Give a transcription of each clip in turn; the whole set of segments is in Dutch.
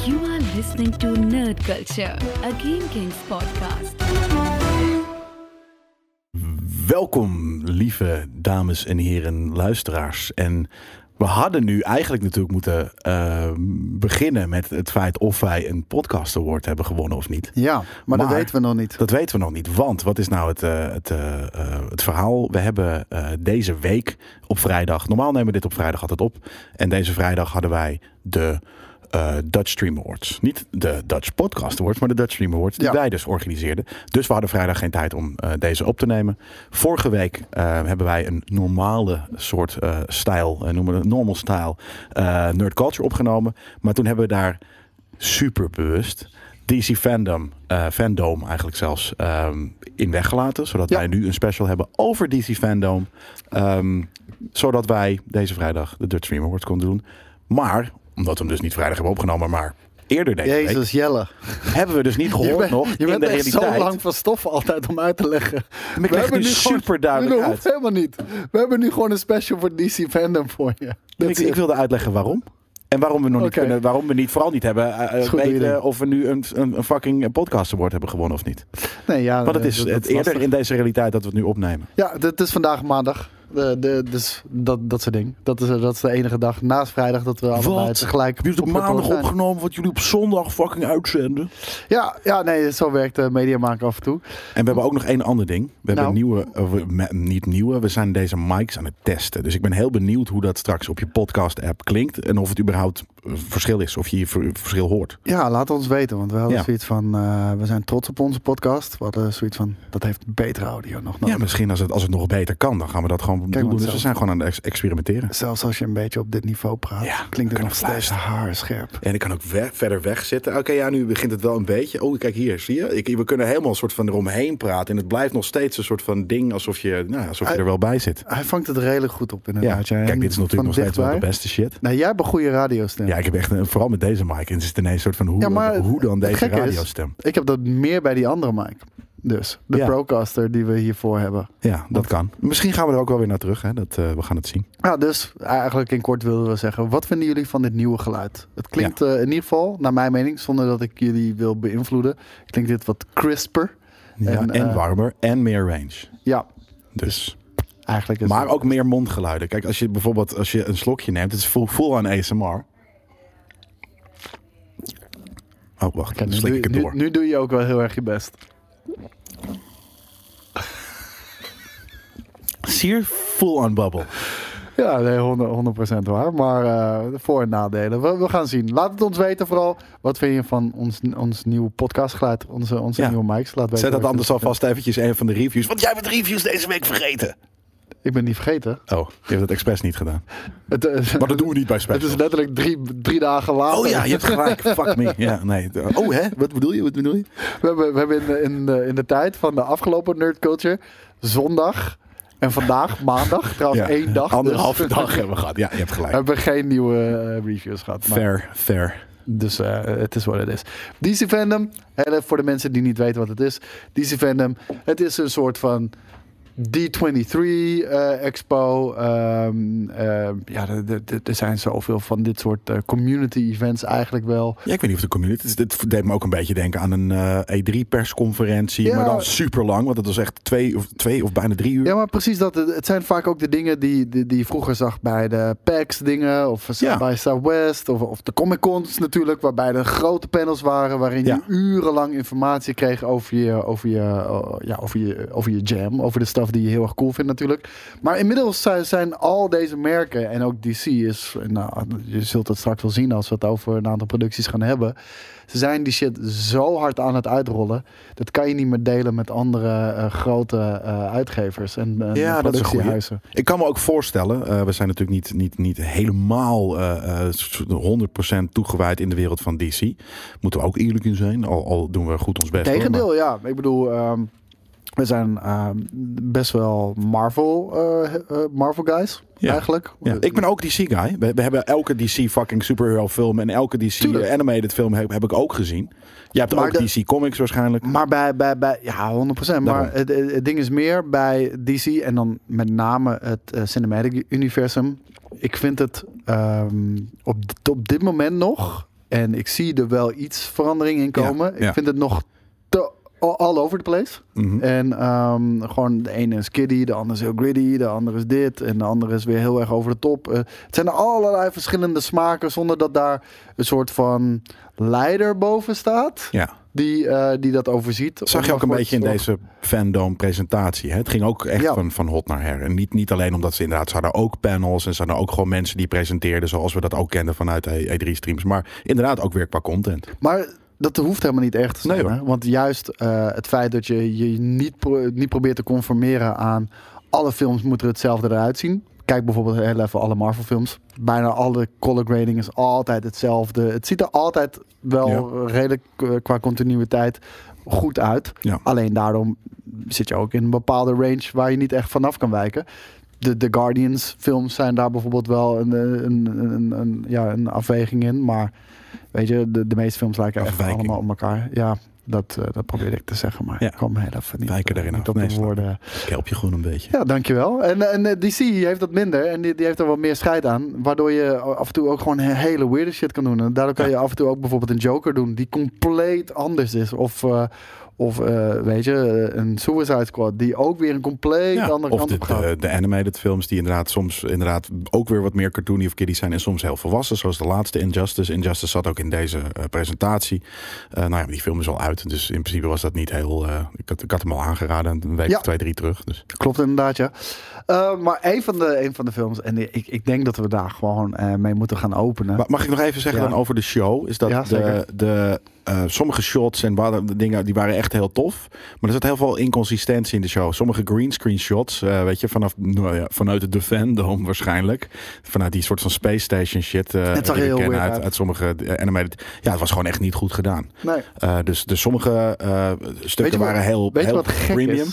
You are listening to Nerd Culture, a Game Kings podcast. Welkom, lieve dames en heren luisteraars. En we hadden nu eigenlijk natuurlijk moeten beginnen met het feit of wij een podcast award hebben gewonnen of niet. Ja, maar dat weten we nog niet. Dat weten we nog niet, want wat is nou het verhaal? We hebben deze week op vrijdag, normaal nemen we dit op vrijdag altijd op. En deze vrijdag hadden wij de Dutch Stream Awards. Niet de Dutch Podcast Awards, maar de Dutch Stream Awards die wij dus organiseerden. Dus we hadden vrijdag geen tijd om deze op te nemen. Vorige week hebben wij een normale soort stijl, noemen we het normal style, Nerd Culture opgenomen. Maar toen hebben we daar super bewust DC Fandom eigenlijk zelfs in weggelaten. Zodat wij nu een special hebben over DC Fandom. Zodat wij deze vrijdag de Dutch Stream Awards konden doen. Maar omdat we hem dus niet vrijdag hebben opgenomen, maar eerder deze week. Jezus, Jelle. Hebben we dus niet gehoord nog je bent in de echt realiteit. zo lang van stof altijd om uit te leggen. Ik leg het nu super duidelijk Dat uit. hoeft helemaal niet. We hebben nu gewoon een special voor DC Fandom voor je. Ik wilde uitleggen waarom. En waarom we nog niet kunnen, waarom we vooral niet hebben weten of we nu een fucking podcast award hebben gewonnen of niet. Nee, ja, want het is het eerder lastig in deze realiteit dat we het nu opnemen. Ja, het is vandaag maandag. Dus dat soort ding. Dat is de enige dag naast vrijdag dat we allebei tegelijk. Heb je het op maandag opgenomen wat jullie op zondag fucking uitzenden? Ja, nee, zo werkt media maken af en toe. En we hebben ook nog één ander ding. We hebben niet nieuwe. We zijn deze mics aan het testen. Dus ik ben heel benieuwd hoe dat straks op je podcast app klinkt. En of het überhaupt verschil is. Of je verschil hoort. Ja, laat ons weten. Want we hadden zoiets van, we zijn trots op onze podcast. We hadden zoiets van, dat heeft betere audio nog nodig. Ja, misschien als het nog beter kan, dan gaan we dat gewoon doen. Dus we zijn gewoon aan het experimenteren. Zelfs als je een beetje op dit niveau praat, klinkt het nog steeds haarscherp. En ik kan ook verder weg zitten. Oké, nu begint het wel een beetje. Oh, kijk hier, zie je? We kunnen helemaal een soort van eromheen praten. En het blijft nog steeds een soort van ding alsof je er wel bij zit. Hij vangt het redelijk goed op inderdaad. Ja. Kijk, dit is natuurlijk nog steeds wel de beste shit. Nou, jij hebt een goede radiostem. Ja, ik heb echt, vooral met deze mic, en het is ineens een soort van hoe dan deze radiostem. Ik heb dat meer bij die andere mic. Dus de Procaster die we hiervoor hebben. Ja, dat kan. Misschien gaan we er ook wel weer naar terug. Hè? We gaan het zien. Ja, dus eigenlijk in kort wilden we zeggen, wat vinden jullie van dit nieuwe geluid? Het klinkt in ieder geval, naar mijn mening, zonder dat ik jullie wil beïnvloeden, klinkt dit wat crisper. Ja, en warmer en meer range. Ja. Dus eigenlijk is maar ook meer mondgeluiden. Kijk, als je bijvoorbeeld een slokje neemt, het is full aan ASMR. Oh, wacht, dan slik ik het door. Nu doe je ook wel heel erg je best. Sier, full on bubble. Ja, nee, 100% waar. Maar voor- en nadelen. We gaan zien. Laat het ons weten vooral. Wat vind je van ons nieuwe podcastgeluid? Onze nieuwe mics. Laat weten. Zet dat anders alvast eventjes een van de reviews. Want jij hebt de reviews deze week vergeten. Ik ben niet vergeten. Oh, je hebt het expres niet gedaan. Maar dat doen we niet bij specials. Het is letterlijk drie dagen later. Oh ja, je hebt gelijk. Fuck me. Ja, nee. Oh hè? Wat bedoel je? We hebben in de tijd van de afgelopen Nerd Culture zondag en vandaag maandag, trouwens 1 dag. Anderhalve dag hebben we gehad. Ja, je hebt gelijk. Hebben we geen nieuwe reviews gehad. Fair. Dus het is wat het is. DC Fandom, voor de mensen die niet weten wat het is. DC Fandom, het is een soort van D23 Expo. Er zijn zoveel van dit soort community events eigenlijk wel. Ja, ik weet niet of de community is. Dit deed me ook een beetje denken aan een E3 persconferentie. Ja, maar dan super lang. Want het was echt 2 of bijna 3 uur. Ja, maar precies dat. Het zijn vaak ook de dingen die je vroeger zag bij de PAX dingen. Of bij Southwest. Of de Comic Cons natuurlijk. Waarbij er grote panels waren. Waarin je urenlang informatie kreeg over je jam. Over de stuff die je heel erg cool vindt natuurlijk. Maar inmiddels zijn al deze merken en ook DC is, nou, je zult het straks wel zien als we het over een aantal producties gaan hebben. Ze zijn die shit zo hard aan het uitrollen. Dat kan je niet meer delen met andere grote uitgevers en productiehuizen. Ik kan me ook voorstellen, we zijn natuurlijk niet helemaal 100% toegewijd in de wereld van DC. Moeten we ook eerlijk in zijn, al doen we goed ons best. Tegendeel, ja. Ik bedoel, we zijn best wel Marvel guys. Eigenlijk. Ja. Ik ben ook DC guy. We hebben elke DC fucking superhero film en elke DC animated film heb ik ook gezien. Je hebt maar ook DC Comics waarschijnlijk. Maar bij ja, 100%. Maar het ding is meer bij DC en dan met name het Cinematic Universum. Ik vind het op dit moment nog En ik zie er wel iets verandering in komen. Ja. Ik vind het nog te all over the place. En gewoon de ene is kiddie, de andere is heel gritty, de andere is dit en de andere is weer heel erg over de top. Het zijn er allerlei verschillende smaken zonder dat daar een soort van leider boven staat. Ja. Die dat overziet. Dat zag je ook een beetje in deze fandom presentatie. Hè? Het ging ook echt van hot naar her. En niet alleen omdat ze inderdaad, ze hadden ook panels en ze hadden ook gewoon mensen die presenteerden zoals we dat ook kenden vanuit E3 streams. Maar inderdaad ook weer qua content. Maar dat hoeft helemaal niet echt te zijn. Nee, hè? Want juist het feit dat je niet probeert te conformeren aan alle films moeten er hetzelfde eruit zien. Kijk bijvoorbeeld heel even alle Marvel films. Bijna alle color grading is altijd hetzelfde. Het ziet er altijd wel redelijk qua continuïteit goed uit. Ja. Alleen daarom zit je ook in een bepaalde range waar je niet echt vanaf kan wijken. De Guardians films zijn daar bijvoorbeeld wel een afweging in. Maar weet je, de meeste films lijken echt allemaal op elkaar. Ja, dat probeerde ik te zeggen, maar ik kwam heel even niet. Wijken erin af. Op de woorden. Ik help je gewoon een beetje. Ja, dankjewel. En DC heeft dat minder en die heeft er wat meer scheid aan. Waardoor je af en toe ook gewoon hele weirde shit kan doen. En daardoor kan je af en toe ook bijvoorbeeld een Joker doen die compleet anders is. Of weet je, een Suicide Squad die ook weer een compleet andere kant op gaat. Of de animated films die soms ook weer wat meer cartoony of kiddie zijn en soms heel volwassen. Zoals de laatste Injustice. Injustice zat ook in deze presentatie. Die film is al uit. Dus in principe was dat niet heel... Ik had hem al aangeraden een week of 2-3 terug. Dus. Klopt inderdaad, ja. Maar een van de films, en ik denk dat we daar gewoon mee moeten gaan openen. Mag ik nog even zeggen dan over de show? Is dat sommige shots en dingen die waren echt heel tof. Maar er zat heel veel inconsistentie in de show. Sommige greenscreen shots, weet je, vanuit de fandom waarschijnlijk. Vanuit die soort van Space Station shit. Het zag heel weird uit sommige animated. Ja, het was gewoon echt niet goed gedaan. Nee. Dus sommige stukken waren heel premium.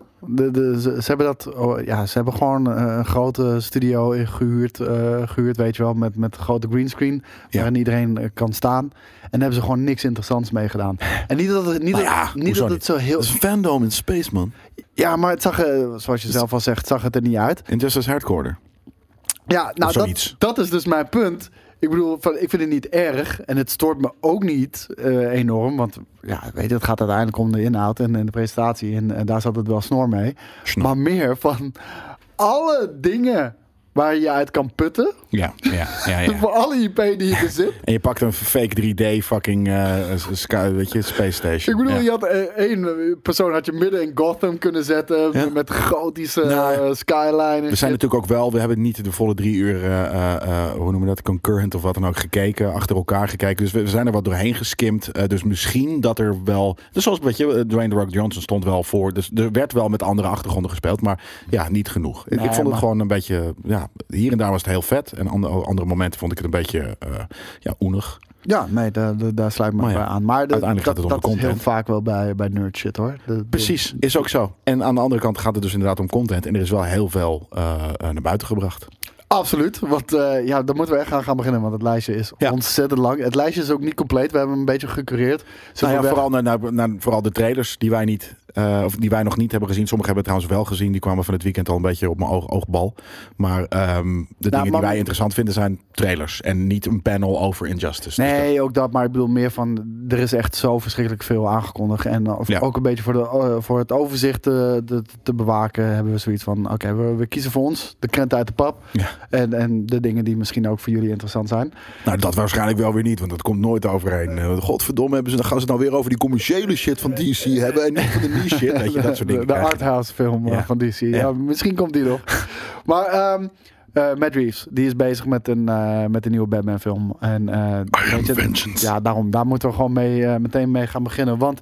Ze hebben dat. Ze hebben gewoon een grote studio gehuurd, weet je wel, met een grote greenscreen waarin iedereen kan staan. En daar hebben ze gewoon niks interessants mee gedaan. En niet dat het zo heel. Het is een fandom in space, man. Ja, maar het zag, zoals je zelf al zegt, zag het er niet uit. Injustice Hardcore. Ja, nou dat is dus mijn punt. Ik bedoel, ik vind het niet erg. En het stoort me ook niet enorm. Want weet je, het gaat uiteindelijk om de inhoud en de presentatie. En daar zat het wel snor mee. Maar meer van alle dingen waar je uit kan putten. Ja. Voor alle IP die je bezit. En je pakt een fake 3D fucking Space Station. Ik bedoel, je had één persoon had je midden in Gotham kunnen zetten. Met gotische skyline. We zijn natuurlijk ook wel, we hebben niet de volle 3 uur, hoe noemen we dat, concurrent of wat dan ook gekeken. Achter elkaar gekeken. Dus we zijn er wat doorheen geskimd. Dus misschien dat er wel, dus zoals weet je, Dwayne The Rock Johnson stond wel voor. Dus er werd wel met andere achtergronden gespeeld. Maar niet genoeg. Ik vond het gewoon een beetje, hier en daar was het heel vet. En andere momenten vond ik het een beetje oenig. Ja, nee, daar sluit me bij aan. Maar uiteindelijk gaat het om de content. Dat is heel vaak wel bij nerd shit, hoor. Precies, is ook zo. En aan de andere kant gaat het dus inderdaad om content. En er is wel heel veel naar buiten gebracht. Absoluut, want dan moeten we echt gaan beginnen, want het lijstje is ontzettend lang. Het lijstje is ook niet compleet, we hebben hem een beetje gecureerd. Vooral vooral de trailers die wij niet, die wij nog niet hebben gezien. Sommigen hebben het trouwens wel gezien, die kwamen van het weekend al een beetje op mijn oogbal. Maar de dingen die wij interessant vinden zijn trailers en niet een panel over Injustice. Nee, dus ook dat, maar ik bedoel meer van, er is echt zo verschrikkelijk veel aangekondigd. En ook een beetje voor het overzicht te bewaken hebben we zoiets van, oké, we kiezen voor ons, de krent uit de pap. Ja. En de dingen die misschien ook voor jullie interessant zijn. Nou, dat waarschijnlijk wel weer niet, want dat komt nooit overheen. Godverdomme, dan gaan ze het nou weer over die commerciële shit van DC hebben en niet van de niche shit. Weet je, dat soort dingen. De arthouse film van DC. Ja, misschien komt die nog. Maar Matt Reeves, die is bezig met een nieuwe Batman film. En daar moeten we gewoon meteen mee gaan beginnen. Want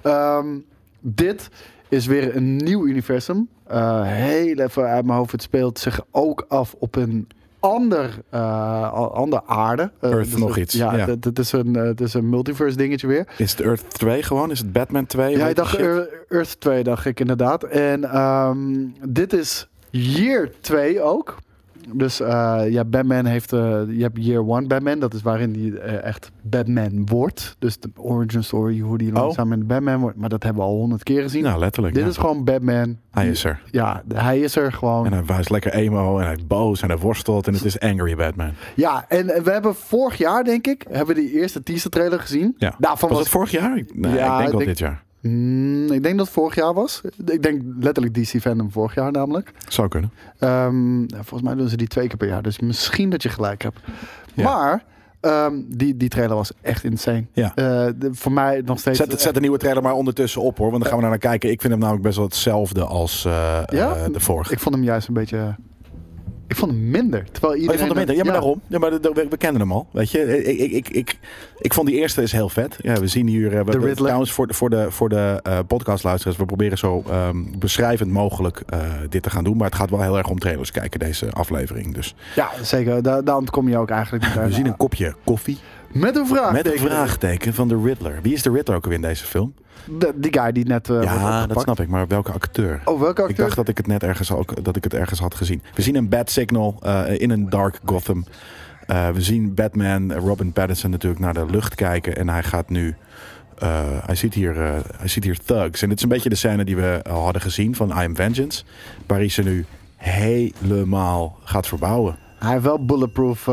dit is weer een nieuw universum. Heel even uit mijn hoofd. Het speelt zich ook af op een andere aarde. Earth dus nog iets. Ja, het is een multiverse dingetje weer. Is het Earth 2 gewoon? Is het Batman 2? Ja, ik dacht Earth 2, dacht ik inderdaad. En dit is Year 2 ook. Dus Batman heeft... je hebt Year One Batman. Dat is waarin hij echt Batman wordt. Dus de origin story, hoe die langzaam in de Batman wordt. Maar dat hebben we al 100 keer gezien. Nou, letterlijk. Dit is gewoon Batman. Hij is er. Ja, hij is er gewoon. En hij is lekker emo en hij is boos en hij worstelt. En het is Angry Batman. Ja, en we hebben vorig jaar, denk ik, hebben we die eerste teaser trailer gezien. Ja. Daarvan was het vorig jaar? Nee, Ja, ik denk wel ik dit jaar. Ik denk dat het vorig jaar was. Ik denk letterlijk DC Fandom vorig jaar namelijk. Zou kunnen. Volgens mij doen ze die 2 keer per jaar. Dus misschien dat je gelijk hebt. Ja. Maar die trailer was echt insane. Ja. Voor mij nog steeds... Zet de nieuwe trailer maar ondertussen op hoor. Want dan gaan we naar kijken. Ik vind hem namelijk best wel hetzelfde als de vorige. Ik vond hem juist een beetje... Ik vond hem minder. Terwijl iedereen... je vond hem minder? Ja, maar daarom. Ja, maar we kennen hem al. Weet je, ik vond die eerste is heel vet. Ja, we zien hier... trouwens, voor de podcastluisteraars, we proberen zo beschrijvend mogelijk dit te gaan doen. Maar het gaat wel heel erg om trailers kijken, deze aflevering. Dus. Ja, zeker. Daar ontkom je ook eigenlijk niet uit. We zien een kopje koffie. Met een vraagteken. Met een vraagteken van de Riddler. Wie is de Riddler ook weer in deze film? Die guy die net wordt opgepakt. Dat snap ik. Maar welke acteur? Oh, welke acteur? Ik dacht dat ik het net ergens had gezien. We zien een Bat Signal in een dark Gotham. We zien Batman, Robin Pattinson natuurlijk naar de lucht kijken. En hij gaat nu... hij ziet hier thugs. En dit is een beetje de scène die we al hadden gezien van I Am Vengeance. Waar hij ze nu helemaal gaat verbouwen. Hij heeft wel bulletproof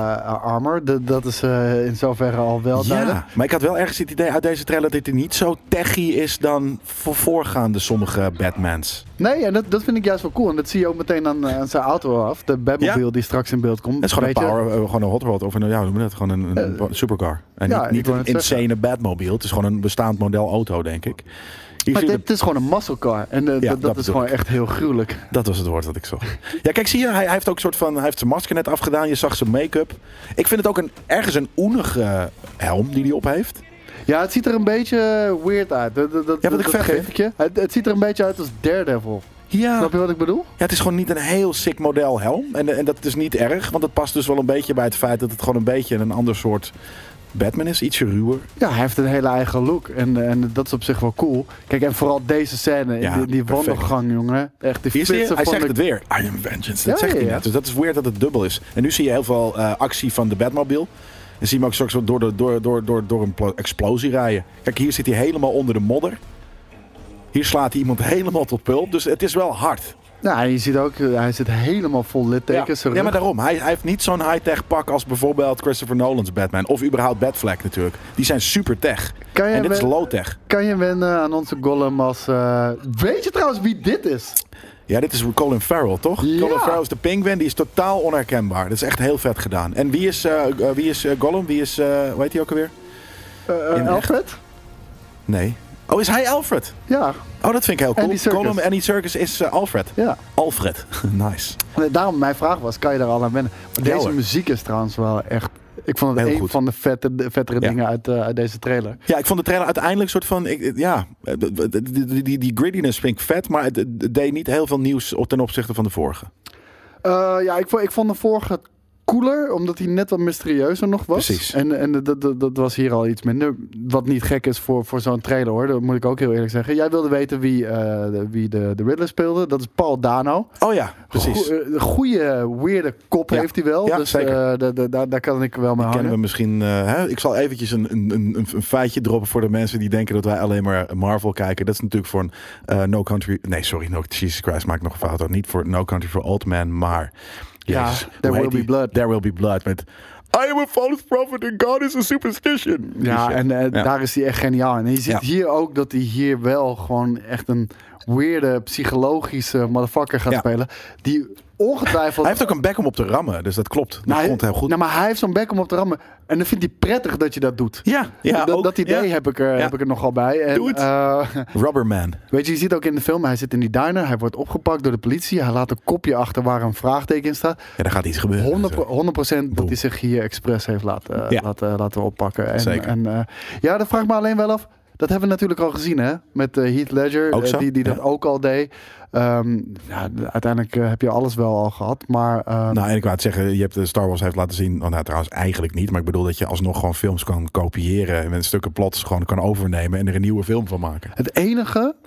armor. Dat is in zoverre al wel duidelijk. Ja, maar ik had wel ergens het idee uit deze trailer dat hij niet zo techy is dan voorgaande sommige Batmans. Nee, en dat vind ik juist wel cool. En dat zie je ook meteen aan zijn auto af. De Batmobile die straks in beeld komt. Het is gewoon gewoon een hot rod. Of noem je dat? Gewoon een supercar. En niet een insane Batmobile. Het is gewoon een bestaand model auto, denk ik. Maar het is gewoon een muscle car. En dat is gewoon echt heel gruwelijk. Dat was het woord dat ik zocht. Ja, kijk, zie je, hij heeft ook een soort van... Hij heeft zijn masker net afgedaan. Je zag zijn make-up. Ik vind het ook ergens een oenige helm die hij op heeft. Ja, het ziet er een beetje weird uit. Wat ik vet geef ik je. Het ziet er een beetje uit als Daredevil. Ja. Snap je wat ik bedoel? Ja, het is gewoon niet een heel sick model helm. En dat is niet erg. Want het past dus wel een beetje bij het feit dat het gewoon een beetje een ander soort... Batman is ietsje ruwer. Ja, hij heeft een hele eigen look. En dat is op zich wel cool. Kijk, en vooral deze scène. Die wandelgang, jongen. Echt die hij zegt het weer. I am vengeance. Dat zegt hij net. Dus dat is weird dat het dubbel is. En nu zie je heel veel actie van de Batmobile. En zie je hem ook straks door een explosie rijden. Kijk, hier zit hij helemaal onder de modder. Hier slaat hij iemand helemaal tot pulp. Dus het is wel hard. Ja, je ziet ook, hij zit helemaal vol littekens. Ja, maar daarom. Hij heeft niet zo'n high-tech pak als bijvoorbeeld Christopher Nolan's Batman. Of überhaupt Batfleck natuurlijk. Die zijn super tech. En dit is low-tech. Kan je wennen aan onze Gollum als... Weet je trouwens wie dit is? Ja, dit is Colin Farrell, toch? Ja. Colin Farrell is de Penguin. Die is totaal onherkenbaar. Dat is echt heel vet gedaan. En wie is Gollum? Wie is... hoe heet hij ook alweer? Alfred? Nee. Oh, is hij Alfred? Ja. Oh, dat vind ik heel cool. Gollum Andy Serkis is Alfred. Ja. Alfred. Nice. Daarom mijn vraag was, kan je daar al aan wennen? Maar deze muziek is trouwens wel echt... Ik vond het een van de vettere dingen uit deze trailer. Ja, ik vond de trailer uiteindelijk soort van... Die grittiness vind ik vet, maar het deed niet heel veel nieuws ten opzichte van de vorige. Ik vond de vorige cooler, omdat hij net wat mysterieuzer nog was. Precies. En dat was hier al iets minder. Wat niet gek is voor zo'n trailer, hoor. Dat moet ik ook heel eerlijk zeggen. Jij wilde weten wie de Riddler speelde. Dat is Paul Dano. Oh ja, precies. Goeie, weirde kop heeft hij wel. Ja, dus zeker. Daar kan ik wel mee hangen. Kennen we misschien... ik zal eventjes een feitje droppen voor de mensen die denken dat wij alleen maar Marvel kijken. Dat is natuurlijk voor een No Country... Nee, sorry. Jesus Christ, maak ik nog een fout. Niet voor No Country for Old Men, maar... Ja, There Will Be Blood. There Will Be Blood met... I am a false prophet and God is a superstition. Ja, en daar is hij echt geniaal in. En je ziet hier ook dat hij hier wel gewoon echt een weirde, psychologische motherfucker gaat spelen. Die ongetwijfeld... Hij heeft ook een bek om op te rammen, dus dat klopt. Dat komt heel goed. Nou, maar hij heeft zo'n bek om op te rammen. En dan vindt hij prettig dat je dat doet. Ja, dat idee heb ik er nogal bij. En, doe het. Rubberman. Weet je ziet ook in de film, hij zit in die diner. Hij wordt opgepakt door de politie. Hij laat een kopje achter waar een vraagteken in staat. Ja, daar gaat iets gebeuren. 100% dat hij zich hier expres heeft laten oppakken. En, zeker. En, dat vraagt me alleen wel af. Dat hebben we natuurlijk al gezien, hè? Met Heath Ledger, die dat ook al deed. Uiteindelijk heb je alles wel al gehad, maar... en ik wou het zeggen, je hebt Star Wars heeft laten zien... trouwens eigenlijk niet, maar ik bedoel dat je alsnog gewoon films kan kopiëren... en met stukken plots gewoon kan overnemen en er een nieuwe film van maken. Het enige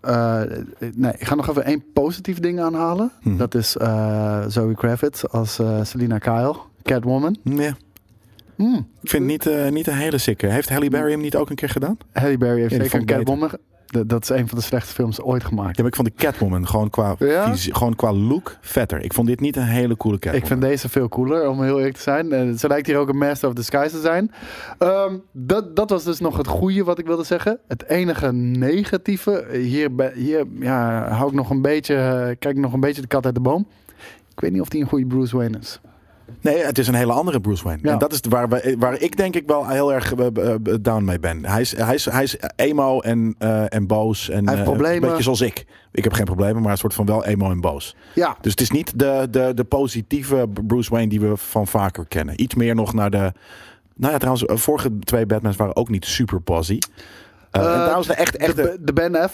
ik ga nog even 1 positief ding aanhalen. Dat is Zoe Kravitz als Selina Kyle, Catwoman. Ja. Ik vind het niet een hele sikke. Heeft Halle Berry hem niet ook een keer gedaan? Halle Berry heeft Ja, zeker een vond ik Catwoman. Dat is een van de slechtste films ooit gemaakt. Ja, maar ik vond de Catwoman gewoon qua look vetter. Ik vond dit niet een hele coole Catwoman. Ik vind deze veel cooler, om heel eerlijk te zijn. Ze lijkt hier ook een Master of Disguise te zijn. Dat was dus nog het goede wat ik wilde zeggen. Het enige negatieve, hier hou ik nog een beetje, kijk ik nog een beetje de kat uit de boom. Ik weet niet of hij een goede Bruce Wayne is. Nee, het is een hele andere Bruce Wayne. Ja. En dat is waar ik denk ik wel heel erg down mee ben. Hij is emo en boos. En, Hij heeft problemen. Een beetje zoals ik. Ik heb geen problemen, maar een soort van wel emo en boos. Ja. Dus het is niet de positieve Bruce Wayne die we van vaker kennen. Iets meer nog naar de... Nou ja, trouwens, vorige 2 Batmans waren ook niet super posy. En trouwens, de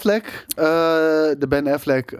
Ben Affleck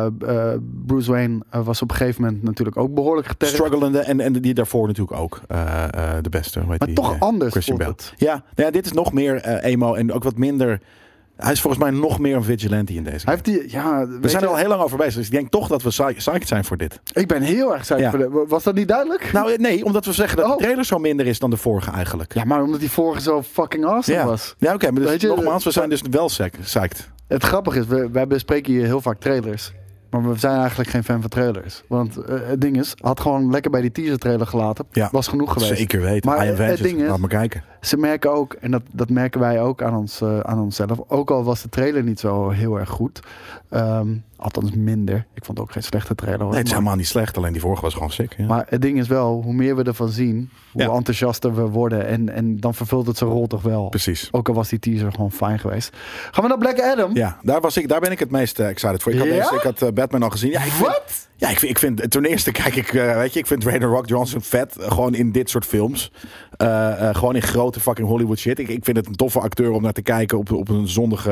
Bruce Wayne was op een gegeven moment natuurlijk ook behoorlijk getergd. strugglende en die daarvoor natuurlijk ook de beste. Maar toch anders Christian Bale. het. Ja, dit is nog meer emo en ook wat minder... Hij is volgens mij nog meer een vigilante in deze. Hij heeft We zijn er al heel lang over bezig, dus ik denk toch dat we psyched zijn voor dit. Ik ben heel erg psyched voor dit. Was dat niet duidelijk? Nou, nee, omdat we zeggen dat de trailer zo minder is dan de vorige eigenlijk. Ja, maar omdat die vorige zo fucking awesome was. Ja, oké, maar dus, Weet je, nogmaals, we zijn dus wel psyched. Het grappige is, wij bespreken hier heel vaak trailers. Maar we zijn eigenlijk geen fan van trailers. Want het ding is, had gewoon lekker bij die teaser trailer gelaten. Ja, was genoeg geweest. Zeker weten. Maar het ding is, laat maar kijken. Ze merken ook, en dat merken wij ook aan onszelf. Ook al was de trailer niet zo heel erg goed. Althans minder. Ik vond het ook geen slechte trailer. Hoor. Nee, het is helemaal niet slecht. Alleen die vorige was gewoon sick. Ja. Maar het ding is wel, hoe meer we ervan zien, hoe Ja. enthousiaster we worden. En dan vervult het zijn rol toch wel. Precies. Ook al was die teaser gewoon fijn geweest. Gaan we naar Black Adam? Ja, daar ben ik het meest excited voor. Ik had Batman al gezien. Ja, Wat? Ja, ik vind ten eerste kijk ik, ik vind Dwayne The Rock Johnson vet. Gewoon in dit soort films. Gewoon in grote fucking Hollywood shit. Ik vind het een toffe acteur om naar te kijken op een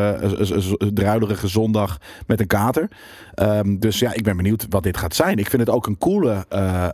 druilerige zondag met een kater. Dus ja, ik ben benieuwd wat dit gaat zijn. Ik vind het ook een coole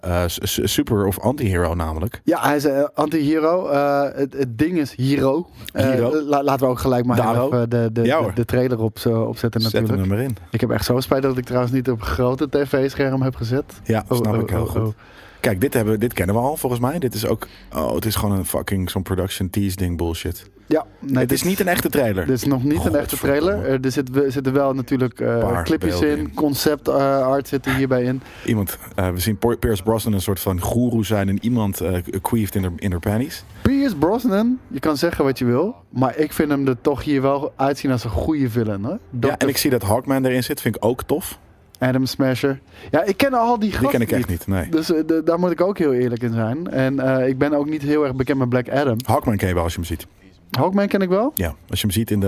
super of anti-hero namelijk. Ja, hij is een anti-hero. Het ding is hero. Laten we ook gelijk maar even de trailer opzetten natuurlijk. Zet hem er maar in. Ik heb echt zo spijt dat ik trouwens niet op een grote tv-scherm heb gezet. Ja, snap ik heel goed. Kijk, dit kennen we al volgens mij. Dit is ook... het is gewoon een fucking zo'n production tease ding bullshit. Ja, nee, het is niet een echte trailer. Dit is nog niet een echte trailer. Er zitten wel natuurlijk clipjes in. Concept art zit er hierbij in. We zien Pierce Brosnan een soort van goeroe zijn en iemand queeft in haar panties. Pierce Brosnan, je kan zeggen wat je wil, maar ik vind hem er toch hier wel uitzien als een goede villain. Hè? En ik zie dat Hawkman erin zit, vind ik ook tof. Adam Smasher. Ja, ik ken al die gasten. Die ken ik echt niet, nee. Dus daar moet ik ook heel eerlijk in zijn. En ik ben ook niet heel erg bekend met Black Adam. Hawkman ken je wel als je hem ziet. Hawkman ken ik wel? Ja, als je hem ziet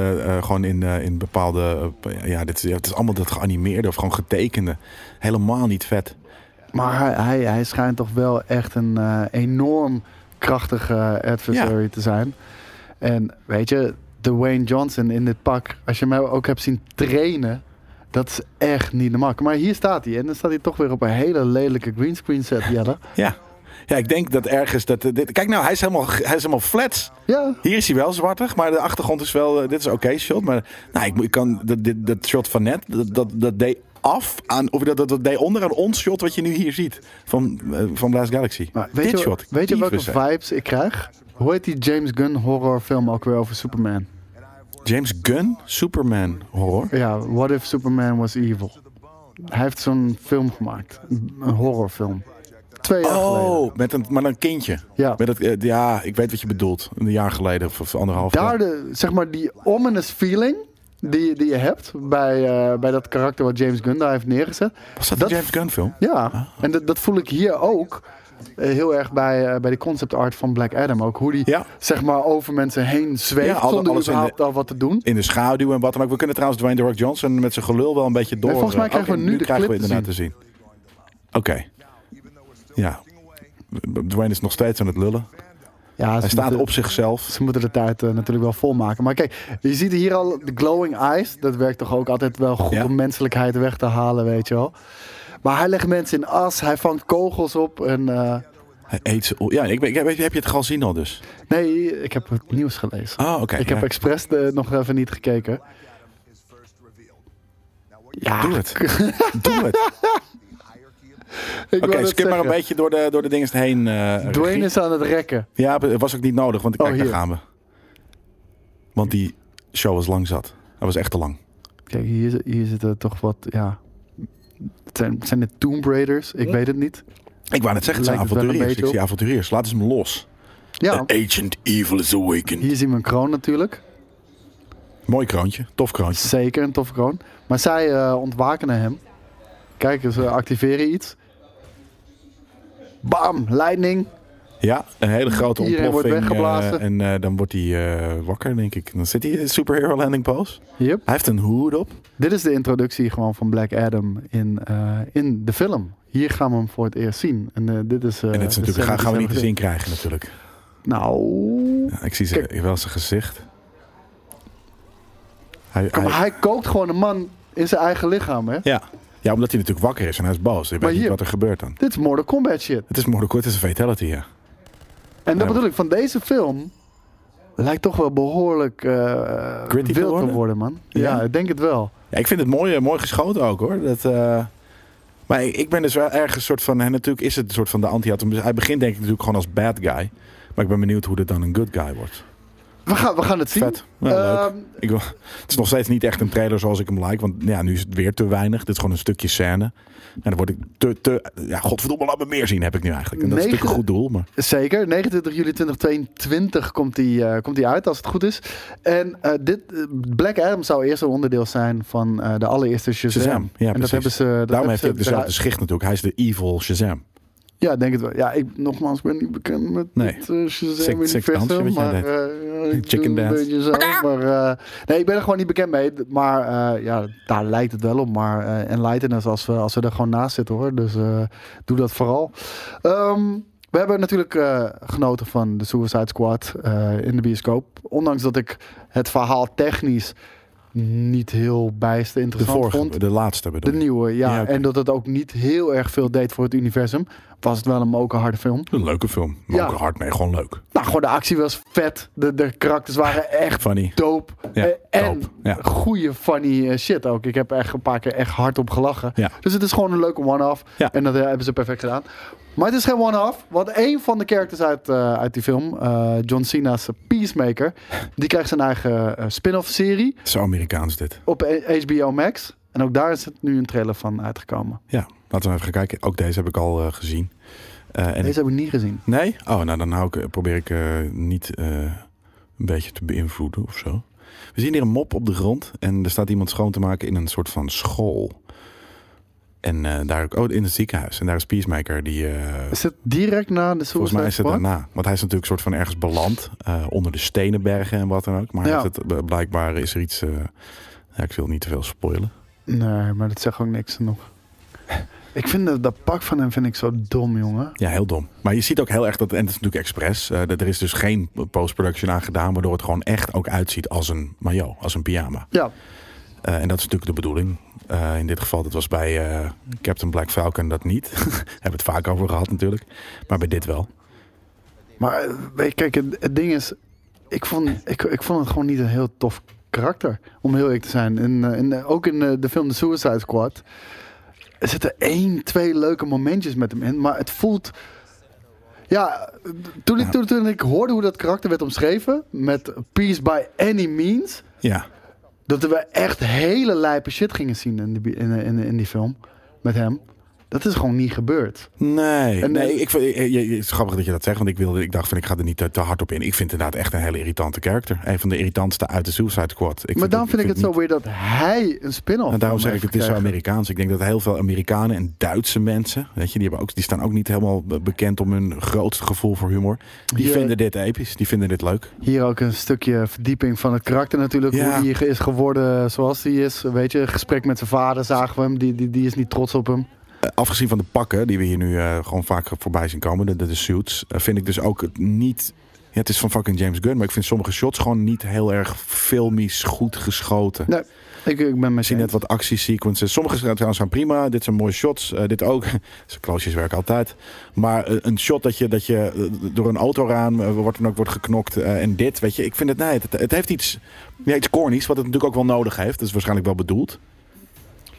in bepaalde... het is allemaal dat geanimeerde of gewoon getekende. Helemaal niet vet. Maar hij schijnt toch wel echt een enorm krachtige adversary te zijn. En weet je, Dwayne Johnson in dit pak, als je hem ook hebt zien trainen, dat is echt niet normaal. Maar hier staat hij. En dan staat hij toch weer op een hele lelijke greenscreen set, Jelle. Ja. Ja, ik denk dat ergens kijk nou, hij is helemaal flats. Ja. Hier is hij wel zwartig, maar de achtergrond is wel... dit is oké shot, maar ik kan dat shot van net, dat deed af aan... Of dat deed onder aan ons shot wat je nu hier ziet. Van Last Galaxy. Maar weet je welke vibes ik krijg? Hoe heet die James Gunn horrorfilm ook weer over Superman? James Gunn? Superman horror? Ja, What If Superman Was Evil. Hij heeft zo'n film gemaakt. Een horrorfilm. 2 jaar geleden. Met een kindje. Ja. Ik weet wat je bedoelt. Een jaar geleden of 1,5 jaar. Daar zeg maar die ominous feeling die je hebt bij dat karakter wat James Gunn daar heeft neergezet. Was dat een James Gunn film? Ja, en dat voel ik hier ook heel erg bij de concept art van Black Adam. Ook hoe die zeg maar over mensen heen zweeft zonder überhaupt al wat te doen. In de schaduw en wat dan ook. We kunnen trouwens Dwayne The Rock Johnson met zijn gelul wel een beetje door. Volgens mij krijgen we nu de clip te zien. Oké. Ja. Dwayne is nog steeds aan het lullen. Ja, hij staat op zichzelf. Ze moeten de tijd natuurlijk wel volmaken. Maar kijk, je ziet hier al de glowing eyes. Dat werkt toch ook altijd wel goed om menselijkheid weg te halen, weet je wel. Maar hij legt mensen in as. Hij vangt kogels op. En, hij eet ze. Ja, heb je het gezien al dus? Nee, ik heb het nieuws gelezen. Oh, oké. Ik heb expres nog even niet gekeken. Ja. Doe het. Doe het. Oké, skip maar een beetje door de dingen heen. Dwayne is aan het rekken. Ja, het was ook niet nodig, want kijk, daar gaan we. Want die show was lang zat. Dat was echt te lang. Kijk, hier zitten toch wat, ja... Zijn het Tomb Raiders? Ik weet het niet. Ik wou net zeggen, het zijn avonturiers. Ik zie avonturiers. Laten ze me los. Ja. Agent Evil is awakened. Hier zien we een kroon natuurlijk. Mooi kroontje. Tof kroontje. Zeker, een toffe kroon. Maar zij ontwaken naar hem. Kijk, ze activeren iets. Bam, lightning. Ja, een hele grote Iedereen ontploffing. wordt weggeblazen. En dan wordt hij wakker, denk ik. Dan zit hij in superhero landing pose. Yep. Hij heeft een hoed op. Dit is de introductie gewoon van Black Adam in de film. Hier gaan we hem voor het eerst zien. En dit is natuurlijk gaan we niet te zien krijgen natuurlijk. Nou... Ja, ik zie wel zijn gezicht. Hij kookt gewoon een man in zijn eigen lichaam, hè? Ja, omdat hij natuurlijk wakker is en hij is boos. Je weet niet wat er gebeurt dan. Dit is Mortal Kombat shit. Het is Mortal Kombat, het is een fatality, ja. En dat bedoel ik, van deze film lijkt toch wel behoorlijk gritty wild te worden, man. Ja, ik denk het wel. Ja, ik vind het mooi geschoten ook, hoor. Maar ik ben dus wel ergens soort van... En natuurlijk is het een soort van de anti-atom. Hij begint denk ik natuurlijk gewoon als bad guy. Maar ik ben benieuwd hoe dit dan een good guy wordt. We gaan het zien. Vet. Ja, leuk. Het is nog steeds niet echt een trailer zoals ik hem like. Want ja, nu is het weer te weinig. Dit is gewoon een stukje scène. En dan word ik ja, godverdomme, laat me meer zien, heb ik nu eigenlijk. En dat is natuurlijk een goed doel. Maar... Zeker. 29 juli 2022 komt die uit, als het goed is. En Black Adam zou eerst een onderdeel zijn van de allereerste Shazam. Ja, en dat hebben ze... Daarom heeft hij ook dezelfde schicht natuurlijk. Hij is de evil Shazam. Ja, denk het wel. Ja, ik ben niet bekend met het Shazam universum, maar chicken dance. Zo, maar nee, ik ben er gewoon niet bekend mee. Maar ja, daar lijkt het wel op. Maar enlighten us als we er gewoon naast zitten, hoor. Dus doe dat vooral. We hebben natuurlijk genoten van de Suicide Squad in de bioscoop. Ondanks dat ik het verhaal technisch niet heel bijster interessant vond. De laatste bedoel. De nieuwe, ja. Okay. En dat het ook niet heel erg veel deed voor het universum. Was het wel een mokerharde film. Een leuke film. Mokerhard, nee, gewoon leuk. Nou, gewoon de actie was vet. De karakters waren echt funny. Dope. Ja, en goede funny shit ook. Ik heb echt een paar keer echt hard op gelachen. Ja. Dus het is gewoon een leuke one-off. Ja. En dat hebben ze perfect gedaan. Maar het is geen one-off. Want een van de characters uit die film, John Cena's Peacemaker, die krijgt zijn eigen spin-off serie. Zo Amerikaans dit. Op HBO Max. En ook daar is het nu een trailer van uitgekomen. Ja, laten we even gaan kijken. Ook deze heb ik al gezien. Deze heb ik niet gezien. Nee? Oh, nou dan probeer ik niet een beetje te beïnvloeden of zo. We zien hier een mop op de grond. En er staat iemand schoon te maken in een soort van school. En daar ook in het ziekenhuis. En daar is Peacemaker die... is het direct na de Suicide Squad? Volgens mij is het daarna. Want hij is natuurlijk soort van ergens beland. Onder de stenenbergen en wat dan ook. Maar blijkbaar is er iets... ik wil niet te veel spoilen. Nee, maar dat zegt ook niks nog. Ik vind dat pak van hem vind ik zo dom, jongen. Ja, heel dom. Maar je ziet ook heel erg dat... En het is natuurlijk expres. Er is dus geen post-production aan gedaan... waardoor het gewoon echt ook uitziet als een maillot. Als een pyjama. Ja. En dat is natuurlijk de bedoeling. In dit geval, dat was bij Captain Black Falcon dat niet. Hebben we het vaak over gehad natuurlijk. Maar bij dit wel. Maar kijk, het ding is... Ik vond het gewoon niet een heel tof karakter. Om heel eerlijk te zijn. En ook in de film The Suicide Squad... Er zitten 1-2 leuke momentjes met hem in. Maar het voelt... Ja, toen ik hoorde hoe dat karakter werd omschreven... met Peace by any means... Ja. Dat we echt hele lijpe shit gingen zien in die film. Met hem. Dat is gewoon niet gebeurd. Nee, het is grappig dat je dat zegt. Want ik dacht van ik ga er niet te hard op in. Ik vind het inderdaad echt een hele irritante karakter. Een van de irritantste uit de Suicide Squad. Maar dan vind ik het zo weer dat hij een spin-off... En daarom zeg ik, het is zo Amerikaans. Ik denk dat heel veel Amerikanen en Duitse mensen... Weet je, die staan ook niet helemaal bekend om hun grootste gevoel voor humor. Die vinden dit episch. Die vinden dit leuk. Hier ook een stukje verdieping van het karakter natuurlijk. Ja. Hoe hij is geworden zoals hij is. Weet je, gesprek met zijn vader zagen we hem. Die is niet trots op hem. Afgezien van de pakken die we hier nu gewoon vaak voorbij zien komen, de suits, vind ik dus ook niet... Ja, het is van fucking James Gunn, maar ik vind sommige shots gewoon niet heel erg filmisch goed geschoten. Nee, ik ben met zie net wat actiesequences. Sommige zijn prima, dit zijn mooie shots. Dit ook. Kloosjes werken altijd. Maar een shot dat je door een autoraam wordt geknokt. En dit, weet je, ik vind het... Nee, het heeft iets cornies, wat het natuurlijk ook wel nodig heeft. Dat is waarschijnlijk wel bedoeld.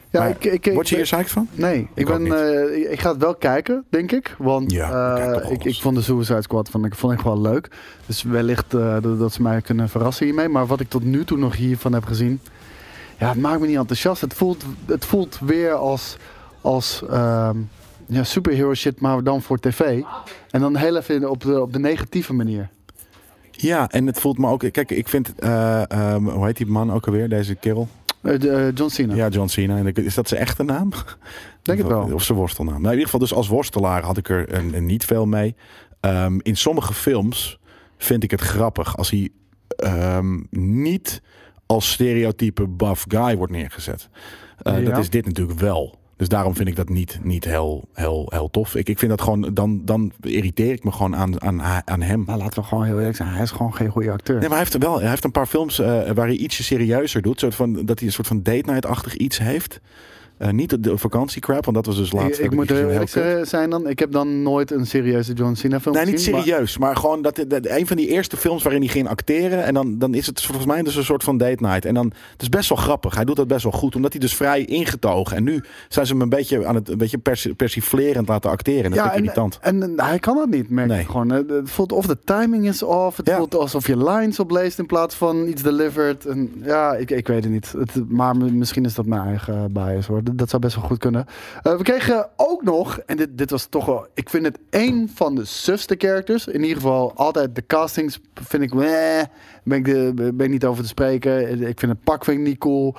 Ja, Maar word je hier psyched van? Nee, ik ga het wel kijken, denk ik. Want ik vond de Suicide Squad vond ik gewoon leuk. Dus wellicht dat ze mij kunnen verrassen hiermee. Maar wat ik tot nu toe nog hiervan heb gezien... Ja, het maakt me niet enthousiast. Het voelt weer als superhero shit, maar dan voor tv. En dan heel even op de negatieve manier. Ja, en het voelt me ook... Kijk, ik vind... hoe heet die man ook alweer, deze kerel? John Cena. Ja, John Cena. En is dat zijn echte naam? Denk het wel. Of zijn worstelnaam. Nou, in ieder geval, dus als worstelaar had ik er niet veel mee. In sommige films vind ik het grappig als hij niet als stereotype buff guy wordt neergezet. Dat is dit natuurlijk wel. Dus daarom vind ik dat niet heel tof. Ik vind dat gewoon, dan irriteer ik me gewoon aan hem. Maar laten we gewoon heel eerlijk zijn, hij is gewoon geen goede acteur. Nee, maar hij heeft een paar films waar hij ietsje serieuzer doet. Dat hij een soort van date night-achtig iets heeft. Niet de vakantiecrap, want dat was dus laatst. Ik moet er eerlijk zijn dan. Ik heb dan nooit een serieuze John Cena film gezien. Nee, niet serieus. Maar gewoon een van die eerste films waarin hij ging acteren. En dan is het volgens mij dus een soort van date night. En dan, het is best wel grappig. Hij doet dat best wel goed. Omdat hij dus vrij ingetogen. En nu zijn ze hem een beetje persiflerend laten acteren. En dat vind ik irritant. En hij kan dat niet, merk ik gewoon. Het voelt of de timing is off. Het voelt alsof je lines opleest in plaats van iets delivered. En ja, ik weet het niet. Maar misschien is dat mijn eigen bias hoor. Dat zou best wel goed kunnen. We kregen ook nog, en dit was toch wel... Ik vind het één van de sufste characters. In ieder geval altijd de castings vind ik... Ben ik niet over te spreken. Ik vind het pak niet cool.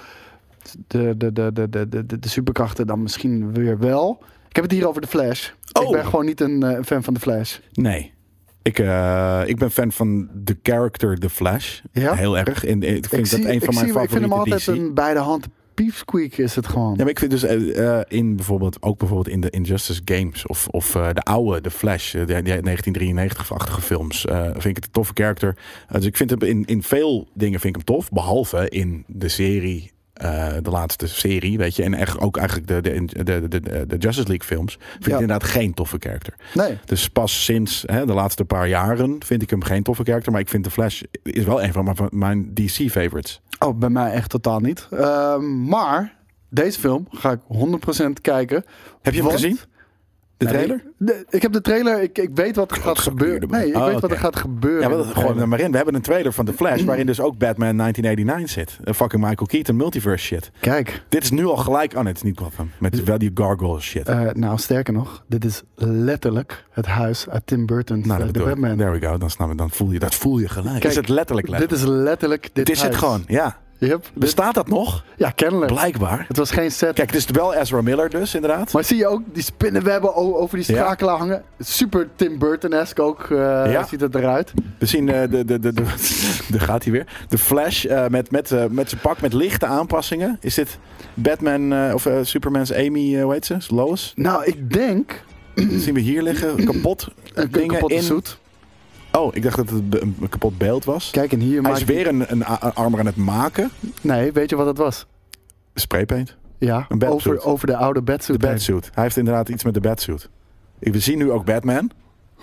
De superkrachten dan misschien weer wel. Ik heb het hier over The Flash. Ik ben gewoon niet een fan van The Flash. Nee. Ik ben fan van de character The Flash. Ja? Heel erg. En ik vind dat een van mijn favoriete. Ik vind hem altijd DC. een bij de hand piepsqueak is het gewoon. Ja, maar ik vind dus bijvoorbeeld in de Injustice games of de oude The Flash, de 1993-achtige films, vind ik het een toffe character. Dus ik vind hem in veel dingen vind ik hem tof, behalve in de serie. De laatste serie, weet je. En echt ook eigenlijk de Justice League films. Vind ik inderdaad geen toffe character. Nee. Dus pas sinds de laatste paar jaren vind ik hem geen toffe character. Maar ik vind de Flash is wel een van mijn DC favorites. Oh, bij mij echt totaal niet. Maar deze film ga ik 100% kijken. Heb je hem gezien? De trailer? Ik heb de trailer. Ik weet wat er gaat gebeuren. Nee, ik weet wat er gaat gebeuren. Ja, gewoon er maar in. We hebben een trailer van The Flash waarin dus ook Batman 1989 zit. Fucking Michael Keaton multiverse shit. Kijk. Dit is nu al gelijk. Oh nee, het is niet Gotham. Met wel die gargoyle shit. Nou, sterker nog. Dit is letterlijk het huis uit Tim Burton's The Batman. There we go. Dan voel je gelijk. Kijk, is het letterlijk? Dit is letterlijk dit is huis. Het gewoon, ja. Yep, bestaat dat nog? Ja, kennelijk. Blijkbaar. Het was geen set. Kijk, het is wel Ezra Miller dus, inderdaad. Maar zie je ook die spinnenwebben over die schakelaar hangen? Super Tim Burton-esque ook ziet het eruit. We zien daar gaat hij weer. De Flash met zijn pak met lichte aanpassingen. Is dit Batman of Superman's Amy, hoe heet ze? Lois? Nou, ik denk... zien we hier liggen, kapot. Een kapotte suit. Oh, ik dacht dat het een kapot beeld was. Kijk, en hier hij is weer een armor aan het maken. Nee, weet je wat het was? Spraypaint. Ja, over de oude batsuit. De batsuit. Hij heeft inderdaad iets met de batsuit. We zien nu ook Batman.